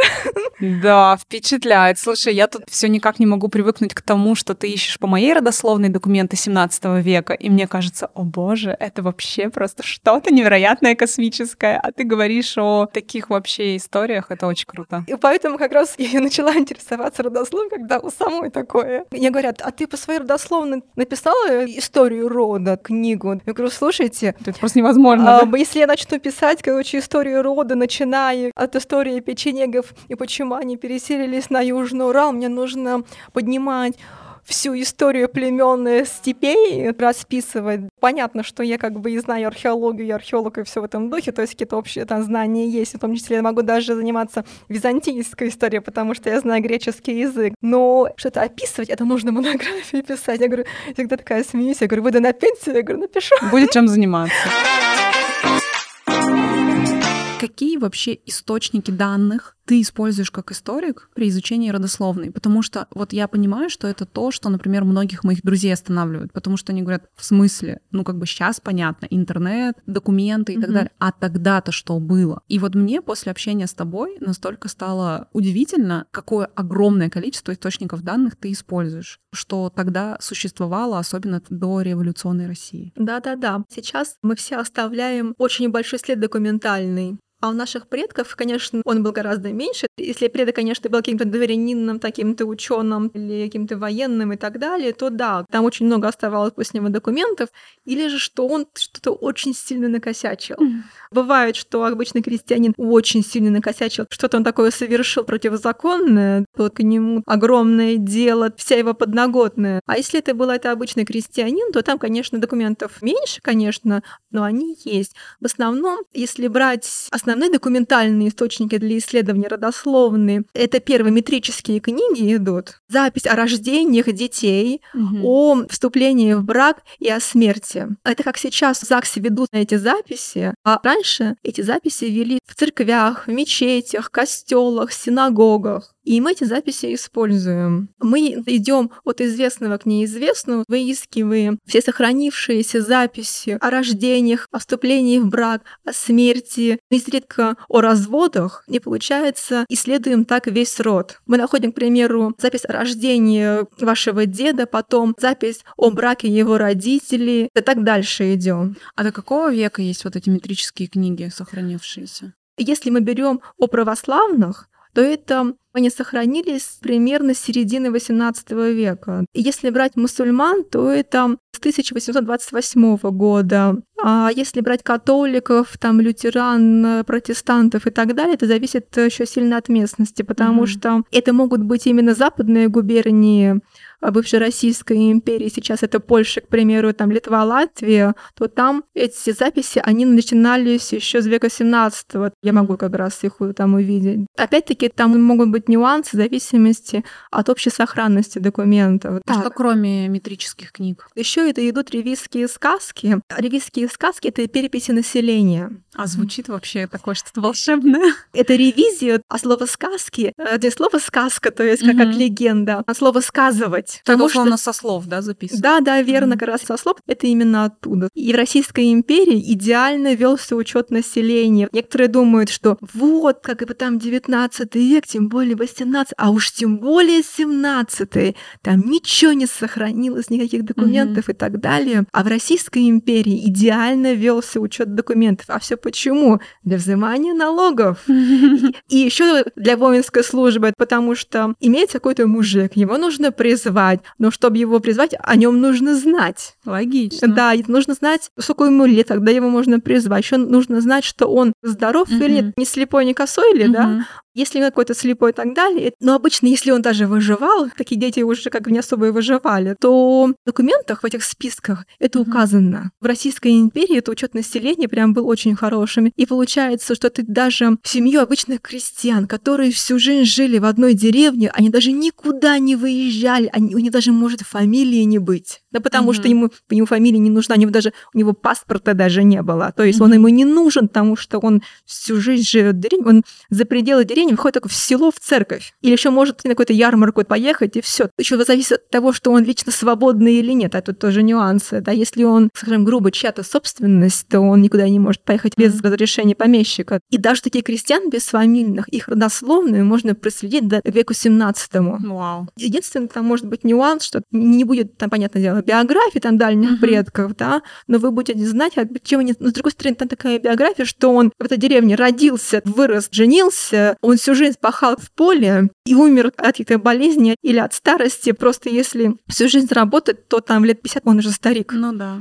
Да, впечатляет. Слушай, я тут все никак не могу привыкнуть к тому, что ты ищешь по моей родословной документы семнадцатого века, и мне кажется, о боже, это вообще просто что-то невероятное космическое, а ты говоришь о таких вообще историях, это очень круто. И поэтому как раз я начала интересоваться родословной, когда у самой такое. Мне говорят, а ты по своей родословной написала историю рода, книгу? Я говорю, слушайте... Это просто невозможно. А, да? Если я начну писать, короче, историю рода, начиная от истории печенегов и почему они переселились на Южный Урал, мне нужно поднимать всю историю племен степей расписывать. Понятно, что я как бы и знаю археологию, и археолог, и все в этом духе, то есть какие-то общие там знания есть, в том числе я могу даже заниматься византийской историей, потому что я знаю греческий язык. Но что-то описывать, это нужно монографии писать. Я говорю, всегда такая смеюсь, я говорю, выйду на пенсию, я говорю, напишу. Будет чем заниматься. Какие вообще источники данных ты используешь как историк при изучении родословной? Потому что вот я понимаю, что это то, что, например, многих моих друзей останавливает, потому что они говорят, в смысле? Ну, как бы сейчас понятно, интернет, документы и mm-hmm. так далее. А тогда-то что было? И вот мне после общения с тобой настолько стало удивительно, какое огромное количество источников данных ты используешь, что тогда существовало, особенно до революционной России. Да-да-да. Сейчас мы все оставляем очень большой след документальный. А у наших предков, конечно, он был гораздо меньше. Если предок, конечно, был каким-то дворянином, таким-то ученым или каким-то военным и так далее, то да, там очень много оставалось после него документов. Или же, что он что-то очень сильно накосячил. Mm. Бывает, что обычный крестьянин очень сильно накосячил, что-то он такое совершил противозаконное, то к нему огромное дело, вся его подноготная. А если это был это обычный крестьянин, то там, конечно, документов меньше, конечно, но они есть. В основном, если брать основные документальные источники для исследования родословные, это первые метрические книги идут. Запись о рождениях детей, угу. о вступлении в брак и о смерти. Это как сейчас в ЗАГСе ведут эти записи, а раньше эти записи вели в церквях, в мечетях, костелах, синагогах. И мы эти записи используем. Мы идем от известного к неизвестному, выискиваем все сохранившиеся записи о рождениях, о вступлении в брак, о смерти, изредка о разводах, и, получается, исследуем так весь род. Мы находим, к примеру, запись о рождении вашего деда, потом запись о браке его родителей, и так дальше идем. А до какого века есть вот эти метрические книги, сохранившиеся? Если мы берем о православных, то это они сохранились примерно с середины восемнадцатого века. Если брать мусульман, то это с тысяча восемьсот двадцать восьмого года. А если брать католиков, там, лютеран, протестантов и так далее, это зависит еще сильно от местности, потому mm-hmm. что это могут быть именно западные губернии бывшей Российской империи, сейчас это Польша, к примеру, там Литва, Латвия, то там эти записи, они начинались еще с века семнадцатого. Я могу как раз их там увидеть. Опять-таки, там могут быть нюансы в зависимости от общей сохранности документов. А что кроме метрических книг? Еще это идут ревизские сказки. Ревизские сказки — это переписи населения. А звучит вообще такое что-то волшебное. Это ревизия, а слово «сказки» — это не слово «сказка», то есть как, mm-hmm. как легенда, а слово «сказывать». Потому что оно со слов, да, записано? Да, да, верно, mm-hmm. как раз со слов. Это именно оттуда. И в Российской империи идеально велся учет населения. Некоторые думают, что вот, как и там девятнадцатый век, тем более восемнадцатый, а уж тем более семнадцатый, там ничего не сохранилось, никаких документов mm-hmm. и так далее. А в Российской империи идеально велся учет документов. А все почему? Для взимания налогов. Mm-hmm. И, и еще для воинской службы, потому что имеется какой-то мужик, его нужно призвать, но чтобы его призвать, о нем нужно знать. Логично. Да, и нужно знать, сколько ему лет, тогда его можно призвать. Еще нужно знать, что он здоров mm-hmm. или нет, не слепой, не косой ли, mm-hmm. да? Если он какой-то слепой и так далее, но обычно, если он даже выживал, такие дети уже как бы не особо и выживали, то в документах, в этих списках это mm-hmm. указано. В Российской империи это учет населения прям был очень хорошим. И получается, что ты даже в семью обычных крестьян, которые всю жизнь жили в одной деревне, они даже никуда не выезжали, они, у них даже может фамилии не быть. Да потому mm-hmm. что ему, ему фамилия не нужна, у него даже у него паспорта даже не было. То есть mm-hmm. он ему не нужен, потому что он всю жизнь живет в деревне, он за пределы деревни выходит только в село, в церковь. Или еще может на какую-то ярмарку поехать, и все. Еще зависит от того, что он лично свободный или нет. А тут тоже нюансы. Да? Если он, скажем, грубо чья-то собственность, то он никуда не может поехать без разрешения помещика. И даже таких крестьян бесфамильных, их родословную можно проследить до веку семнадцатому. Вау. Единственное, там может быть нюанс, что не будет, там, понятное дело, биографии там дальних uh-huh. предков, да, но вы будете знать, как, чем они... Но, с другой стороны, там такая биография, что он в этой деревне родился, вырос, женился, он всю жизнь пахал в поле и умер от каких-то болезней или от старости. Просто если всю жизнь работать, то там лет пятьдесят он уже старик. Ну да.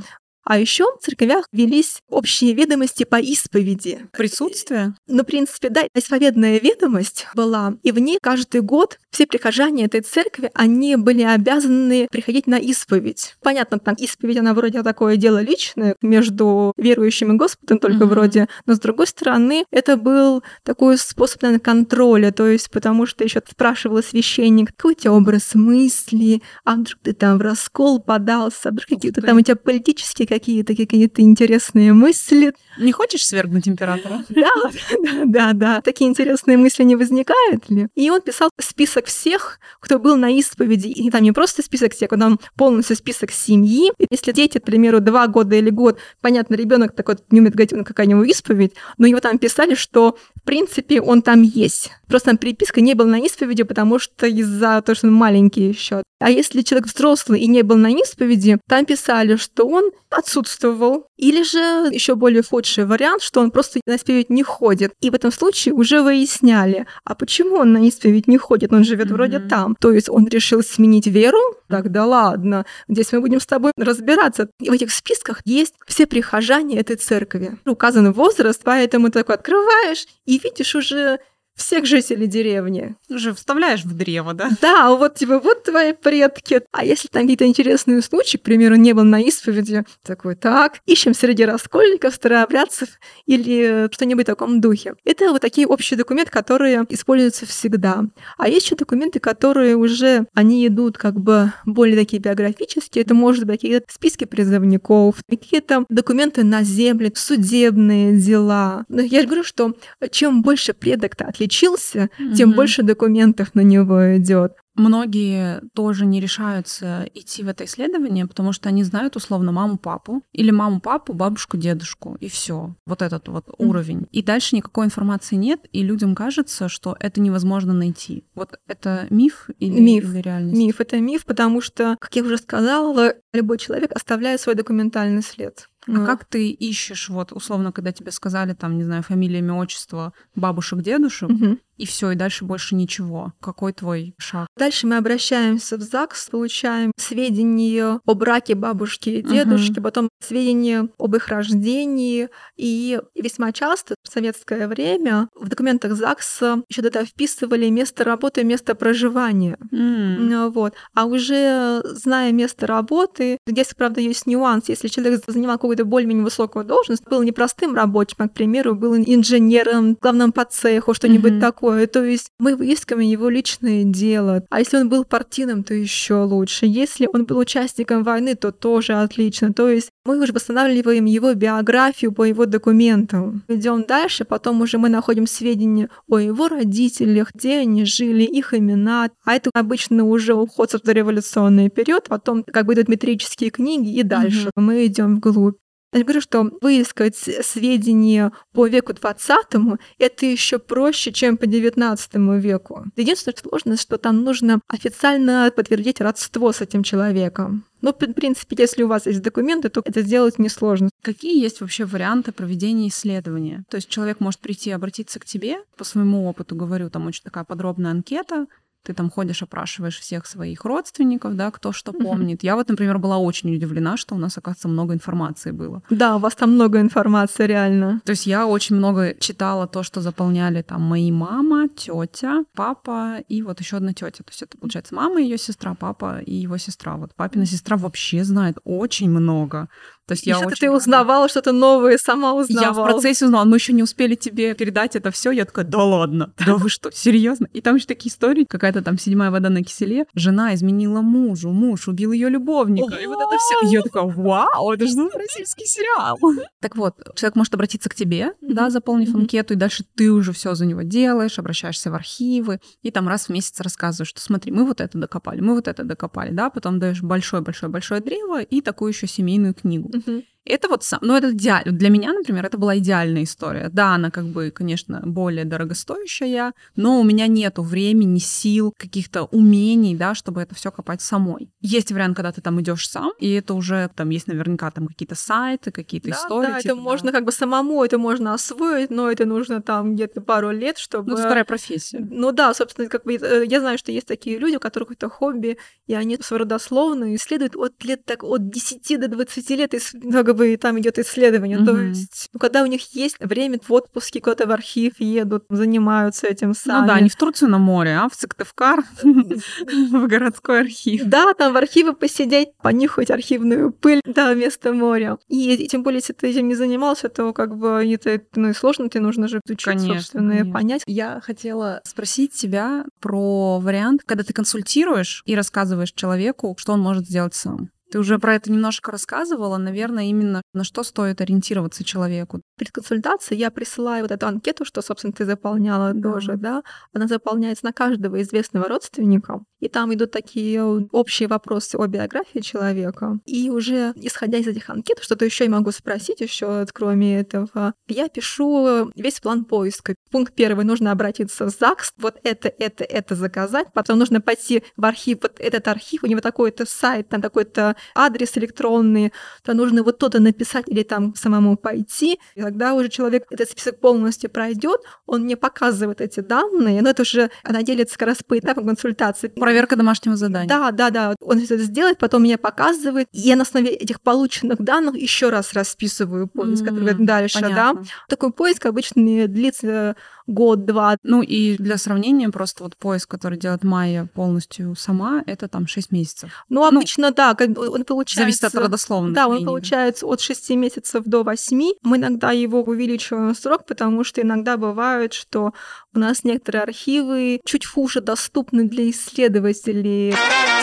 А еще в церквях велись общие ведомости по исповеди. Присутствие? Ну, в принципе, да, исповедная ведомость была, и в ней каждый год все прихожане этой церкви, они были обязаны приходить на исповедь. Понятно, там исповедь, она вроде такое дело личное между верующим и Господом только mm-hmm. вроде, но с другой стороны, это был такой способ, наверное, контроля, то есть потому что еще спрашивал священник, какой у тебя образ мысли, а вдруг ты там в раскол подался, а вдруг какие-то там у тебя политические какие-то какие-то интересные мысли. Не хочешь свергнуть императора? Да, да, да, да. Такие интересные мысли не возникают ли? И он писал список всех, кто был на исповеди. И там не просто список всех, а там полностью список семьи. Если дети, к примеру, два года или год, понятно, ребенок такой не умеет говорить, какая у него исповедь, но его там писали, что в принципе он там есть. Просто там переписка не был на исповеди, потому что из-за того, что он маленький еще. А если человек взрослый и не был на исповеди, там писали, что он отсутствовал. Или же еще более худший вариант, что он просто на исповедь не ходит. И в этом случае уже выясняли, а почему он на исповедь не ходит, он живет mm-hmm. вроде там. То есть он решил сменить веру? Тогда ладно, здесь мы будем с тобой разбираться. И в этих списках есть все прихожане этой церкви. Указан возраст, поэтому ты такой открываешь и видишь уже всех жителей деревни. Уже вставляешь в древо, да? Да, вот типа вот твои предки. А если там какие-то интересные случаи, к примеру, не был на исповеди, такой, так, ищем среди раскольников, старообрядцев или что-нибудь в таком духе. Это вот такие общие документы, которые используются всегда. А есть еще документы, которые уже, они идут как бы более такие биографические. Это может быть какие-то списки призывников, какие-то документы на земле, судебные дела. Но я же говорю, что чем больше предок-то отличается, лечился, тем mm-hmm. больше документов на него идет. Многие тоже не решаются идти в это исследование, потому что они знают условно маму-папу или маму-папу, бабушку-дедушку, и все. Вот этот вот mm-hmm. уровень. И дальше никакой информации нет, и людям кажется, что это невозможно найти. Вот это миф или, миф. или реальность? Миф. Это миф, потому что, как я уже сказала, любой человек оставляет свой документальный след. А mm. как ты ищешь, вот, условно, когда тебе сказали, там, не знаю, фамилия, имя, отчество бабушек, дедушек, mm-hmm. и все, и дальше больше ничего. Какой твой шаг? Дальше мы обращаемся в ЗАГС, получаем сведения о браке бабушки и дедушки, mm-hmm. потом сведения об их рождении. И весьма часто в советское время в документах ЗАГСа еще тогда вписывали место работы и место проживания. Mm. Вот. А уже зная место работы, здесь, правда, есть нюанс. Если человек занимал какую-то более-менее высокую должность, был не простым рабочим, а, к примеру, был инженером, главным по цеху, что-нибудь mm-hmm. такое. То есть мы выискиваем его личное дело. А если он был партийным, то еще лучше. Если он был участником войны, то тоже отлично. То есть мы уже восстанавливаем его биографию по его документам. Идем дальше, потом уже мы находим сведения о его родителях, где они жили, их имена. А это обычно уже уход в дореволюционный период, потом как бы идут метрические книги, и дальше mm-hmm. мы идем вглубь. Я говорю, что выискать сведения по веку двадцатому это еще проще, чем по девятнадцатому веку. Единственная сложность, что там нужно официально подтвердить родство с этим человеком. Но, в принципе, если у вас есть документы, то это сделать несложно. Какие есть вообще варианты проведения исследования? То есть человек может прийти и обратиться к тебе, по своему опыту говорю, там очень такая подробная анкета, ты там ходишь, опрашиваешь всех своих родственников, да, кто что помнит. Mm-hmm. Я вот, например, была очень удивлена, что у нас, оказывается, много информации было. Да, у вас там много информации, реально. То есть я очень много читала то, что заполняли там мои мама, тетя, папа и вот еще одна тетя. То есть это, получается, мама, ее сестра, папа и его сестра. Вот папина сестра вообще знает очень много. То есть и я что-то очень ты узнавала, что-то новое сама узнавала. Я в процессе узнала, мы еще не успели тебе передать это все. Я такая, да ладно, да вы что, серьезно? И там еще такие истории, какая-то там седьмая вода на киселе. Жена изменила мужу, муж убил ее любовника. И вот это все. И я такая, вау, это же российский сериал. Так вот, человек может обратиться к тебе, да, заполнив анкету, и дальше ты уже все за него делаешь, обращаешься в архивы, и там раз в месяц рассказываешь, что смотри, мы вот это докопали, мы вот это докопали, да, потом даешь большое-большое-большое древо и такую еще семейную книгу. Uh-huh. Это вот сам, ну это идеально. Для меня, например, это была идеальная история. Да, она как бы, конечно, более дорогостоящая, но у меня нету времени, сил, каких-то умений, да, чтобы это все копать самой. Есть вариант, когда ты там идешь сам, и это уже там есть наверняка там какие-то сайты, какие-то да, истории. Да, типа, это да. можно как бы самому, это можно освоить, но это нужно там где-то пару лет, чтобы... Ну, это вторая профессия. Ну да, собственно, как бы я знаю, что есть такие люди, у которых это хобби, и они родословно исследуют от лет так от десяти до двадцати лет, и итоговые, там идет исследование. Мгм. То есть, ну, когда у них есть время в отпуске, куда-то в архив едут, занимаются этим сами. Ну да, не в Турцию на море, а в Сыктывкар, в городской архив. Да, там в архивы посидеть, понюхать архивную пыль, да, вместо моря. И, и тем более, если ты этим не занимался, то как бы это ну, и сложно, тебе нужно же учиться, Конечно, собственно, и конечно. понять. Я хотела спросить тебя про вариант, когда ты консультируешь и рассказываешь человеку, что он может сделать сам. Ты уже про это немножко рассказывала, наверное, именно на что стоит ориентироваться человеку. Перед консультацией я присылаю вот эту анкету, что, собственно, ты заполняла Да. тоже, да. Она заполняется на каждого известного родственника, и там идут такие общие вопросы о биографии человека. И уже исходя из этих анкет, что-то еще я могу спросить еще, кроме этого, я пишу весь план поиска. Пункт первый: нужно обратиться в ЗАГС, вот это, это, это заказать, потом нужно пойти в архив, вот этот архив, у него такой-то сайт, там такой-то адрес электронный, то нужно вот то-то написать или там самому пойти. И тогда уже человек этот список полностью пройдет, он мне показывает эти данные, но это уже она делится как раз по этапам консультации. Проверка домашнего задания. Да, да, да. Он это сделает, потом меня показывает, и я на основе этих полученных данных еще раз расписываю поиск, М, который дальше, понятно. да. Такой поиск обычно длится год-два. Ну и для сравнения, просто вот поиск, который делает Майя полностью сама, это там шесть месяцев. Ну, обычно, да, как бы он получается... Зависит от родословной Да, он линии. получается от шести месяцев до восьми. Мы иногда его увеличиваем срок, потому что иногда бывает, что у нас некоторые архивы чуть хуже доступны для исследователей.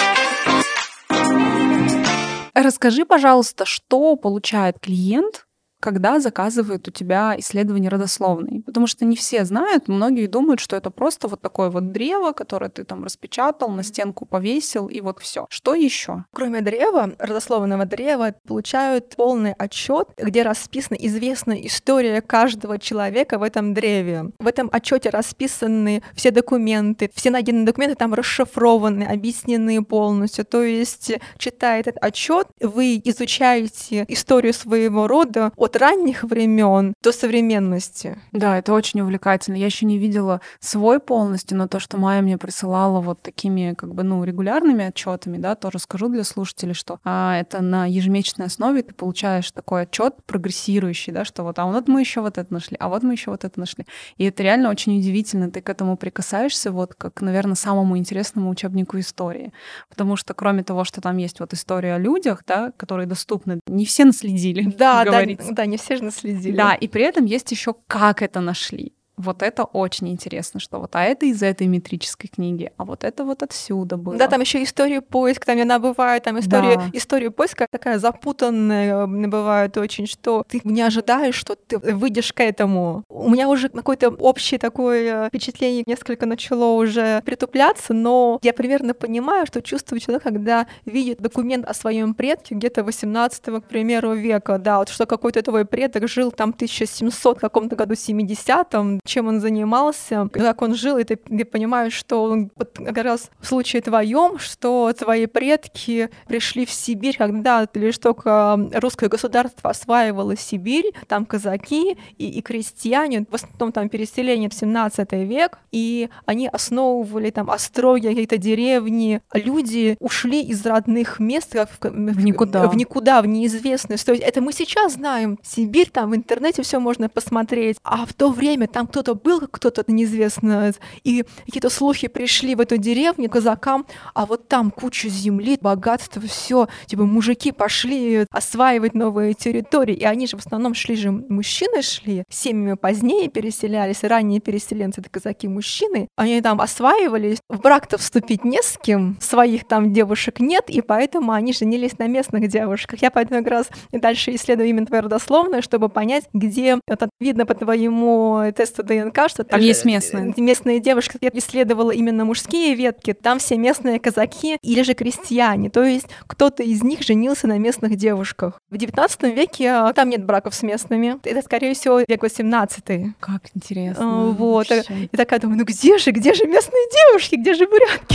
Расскажи, пожалуйста, что получает клиент, когда заказывает у тебя исследование родословной? Потому что не все знают, многие думают, что это просто вот такое вот древо, которое ты там распечатал, на стенку повесил, и вот все. Что еще? Кроме древа, родословного древа, получают полный отчет, где расписана известная история каждого человека в этом древе. В этом отчете расписаны все документы, все найденные документы там расшифрованы, объяснены полностью. То есть, читая этот отчет, вы изучаете историю своего рода от ранних времен до современности. Да, это очень увлекательно. Я еще не видела свой полностью, но то, что Майя мне присылала вот такими как бы ну регулярными отчетами, да, тоже скажу для слушателей, что а, это на ежемесячной основе ты получаешь такой отчет прогрессирующий, да, что вот, а вот мы еще вот это нашли, а вот мы еще вот это нашли, и это реально очень удивительно. Ты к этому прикасаешься вот как, наверное, самому интересному учебнику истории, потому что кроме того, что там есть вот история о людях, да, которые доступны, не все наследили, Да, как да, говорится. да, не все же наследили. Да, и при этом есть еще как это нашли. Вот это очень интересно, что вот, а это из этой метрической книги, а вот это вот отсюда было. Да, там еще история поиска, там она бывает, там история, Да. история поиска такая запутанная бывает очень, что ты не ожидаешь, что ты выйдешь к этому. У меня уже какое-то общее такое впечатление несколько начало уже притупляться, но я примерно понимаю, что чувствует человек, когда видит документ о своем предке где-то восемнадцатого, к примеру, века, да, вот что какой-то твой предок жил там в тысяча семисотом каком-то году, семидесятом, чем он занимался, как он жил, и ты, ты понимаешь, что он, вот как раз в случае твоем, что твои предки пришли в Сибирь, когда лишь только русское государство осваивало Сибирь, там казаки и, и крестьяне, в основном там переселение в семнадцатый век, и они основывали там остроги, какие-то деревни. Люди ушли из родных мест как в, В никуда. в никуда, в неизвестность. То есть это мы сейчас знаем. Сибирь, там в интернете все можно посмотреть, а в то время там кто-то был, кто-то неизвестно, и какие-то слухи пришли в эту деревню к казакам, а вот там куча земли, богатство, все, типа мужики пошли осваивать новые территории, и они же в основном шли же, мужчины шли, семьями позднее переселялись, ранние переселенцы, это казаки-мужчины, они там осваивались, в брак-то вступить не с кем, своих там девушек нет, и поэтому они женились на местных девушках. Я поэтому как раз и дальше исследую именно твою родословную, чтобы понять, где это видно по твоему тесту ДНК, что Там есть местные. местные девушки. Я исследовала именно мужские ветки, там все местные казаки или же крестьяне, то есть кто-то из них женился на местных девушках. В девятнадцатом веке там нет браков с местными, это, скорее всего, век восемнадцатый. Как интересно. А, Вот. вообще. И такая думаю, ну где же, где же местные девушки, где же бурятки?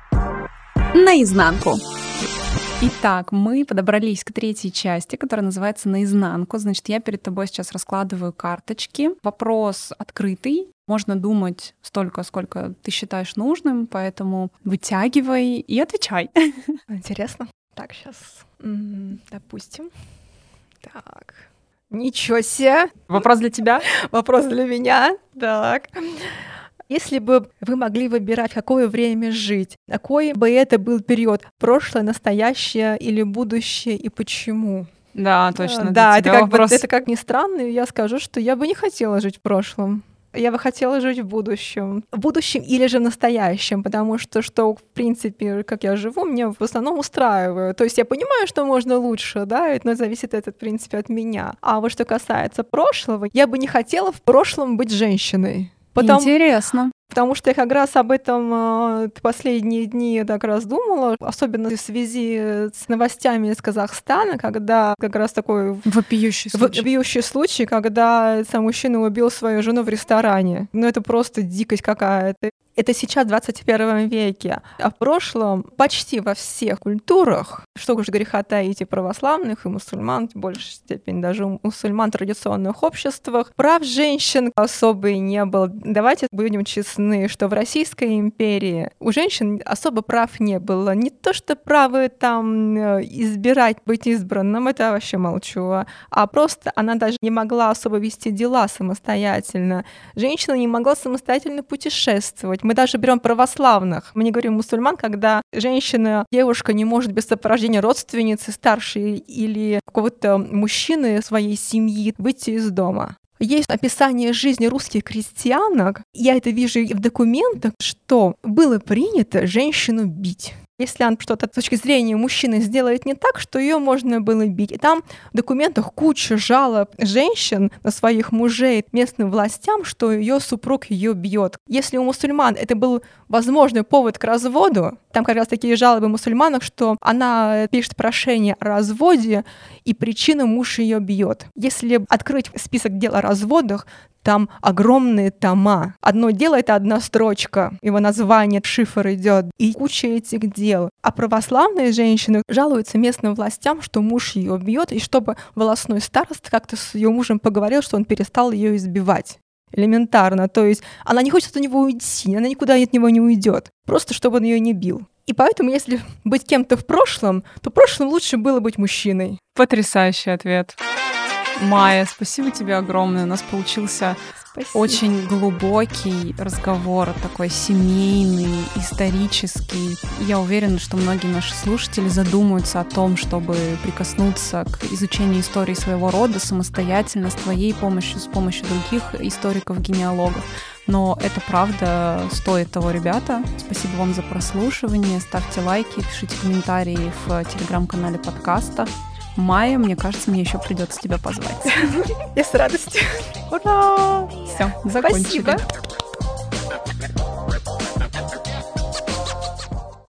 Наизнанку. Итак, мы подобрались к третьей части, которая называется «Наизнанку». Значит, я перед тобой сейчас раскладываю карточки. Вопрос открытый. Можно думать столько, сколько ты считаешь нужным, поэтому вытягивай и отвечай. Интересно. Так, сейчас, допустим. Так. Ничего себе. Вопрос для тебя? Вопрос для меня. Так. Если бы вы могли выбирать, какое время жить, какой бы это был период, прошлое, настоящее или будущее, и почему? Да, точно. Да, для это тебя как, вопрос... бы, это как ни странно, я скажу, что я бы не хотела жить в прошлом. Я бы хотела жить в будущем. В будущем или же в настоящем, потому что, что, в принципе, как я живу, мне в основном устраивает. То есть я понимаю, что можно лучше, да, но зависит это, в принципе, от меня. А вот что касается прошлого, я бы не хотела в прошлом быть женщиной. Потому... Интересно. Потому что я как раз об этом э, последние дни как раз думала, особенно в связи с новостями из Казахстана, когда как раз такой вопиющий случай, вопиющий случай, когда сам мужчина убил свою жену в ресторане. Ну это просто дикость какая-то. Это сейчас в двадцать первом веке. А в прошлом почти во всех культурах, что уж греха таить, и православных, и мусульман, в большей степени даже у мусульман в традиционных обществах, прав женщин особо и не было. Давайте будем честны, что в Российской империи у женщин особо прав не было. Не то, что правы там избирать, быть избранным, это вообще молчу, а просто она даже не могла особо вести дела самостоятельно. Женщина не могла самостоятельно путешествовать. Мы даже берем православных. Мы не говорим мусульман, когда женщина, девушка не может без сопровождения родственницы, старшей или какого-то мужчины своей семьи выйти из дома. Есть описание жизни русских крестьянок. Я это вижу и в документах, что было принято женщину бить. Если она что-то с точки зрения мужчины сделает не так, что ее можно было бить. И там в документах куча жалоб женщин на своих мужей местным властям, что ее супруг ее бьет. Если у мусульман это был возможный повод к разводу, там как раз такие жалобы мусульманок, что она пишет прошение о разводе, и причина муж ее бьет. Если открыть список дел о разводах, там огромные тома. Одно дело — это одна строчка, его название, шифр идет, и куча этих дел. А православные женщины жалуются местным властям, что муж ее бьет, и чтобы волосной староста как-то с ее мужем поговорил, что он перестал ее избивать. Элементарно. То есть она не хочет от него уйти, она никуда от него не уйдет. Просто чтобы он ее не бил. И поэтому, если быть кем-то в прошлом, то в прошлом лучше было быть мужчиной. Потрясающий ответ. Майя, спасибо тебе огромное. У нас получился спасибо. Очень глубокий разговор, такой семейный, исторический. Я уверена, что многие наши слушатели задумаются о том, чтобы прикоснуться к изучению истории своего рода самостоятельно, с твоей помощью, с помощью других историков-генеалогов. Но это правда стоит того, ребята. Спасибо вам за прослушивание. Ставьте лайки, пишите комментарии в телеграм-канале подкаста. Майя, мне кажется, мне еще придется тебя позвать. Я с радостью. Ура! Все, закончили. Спасибо.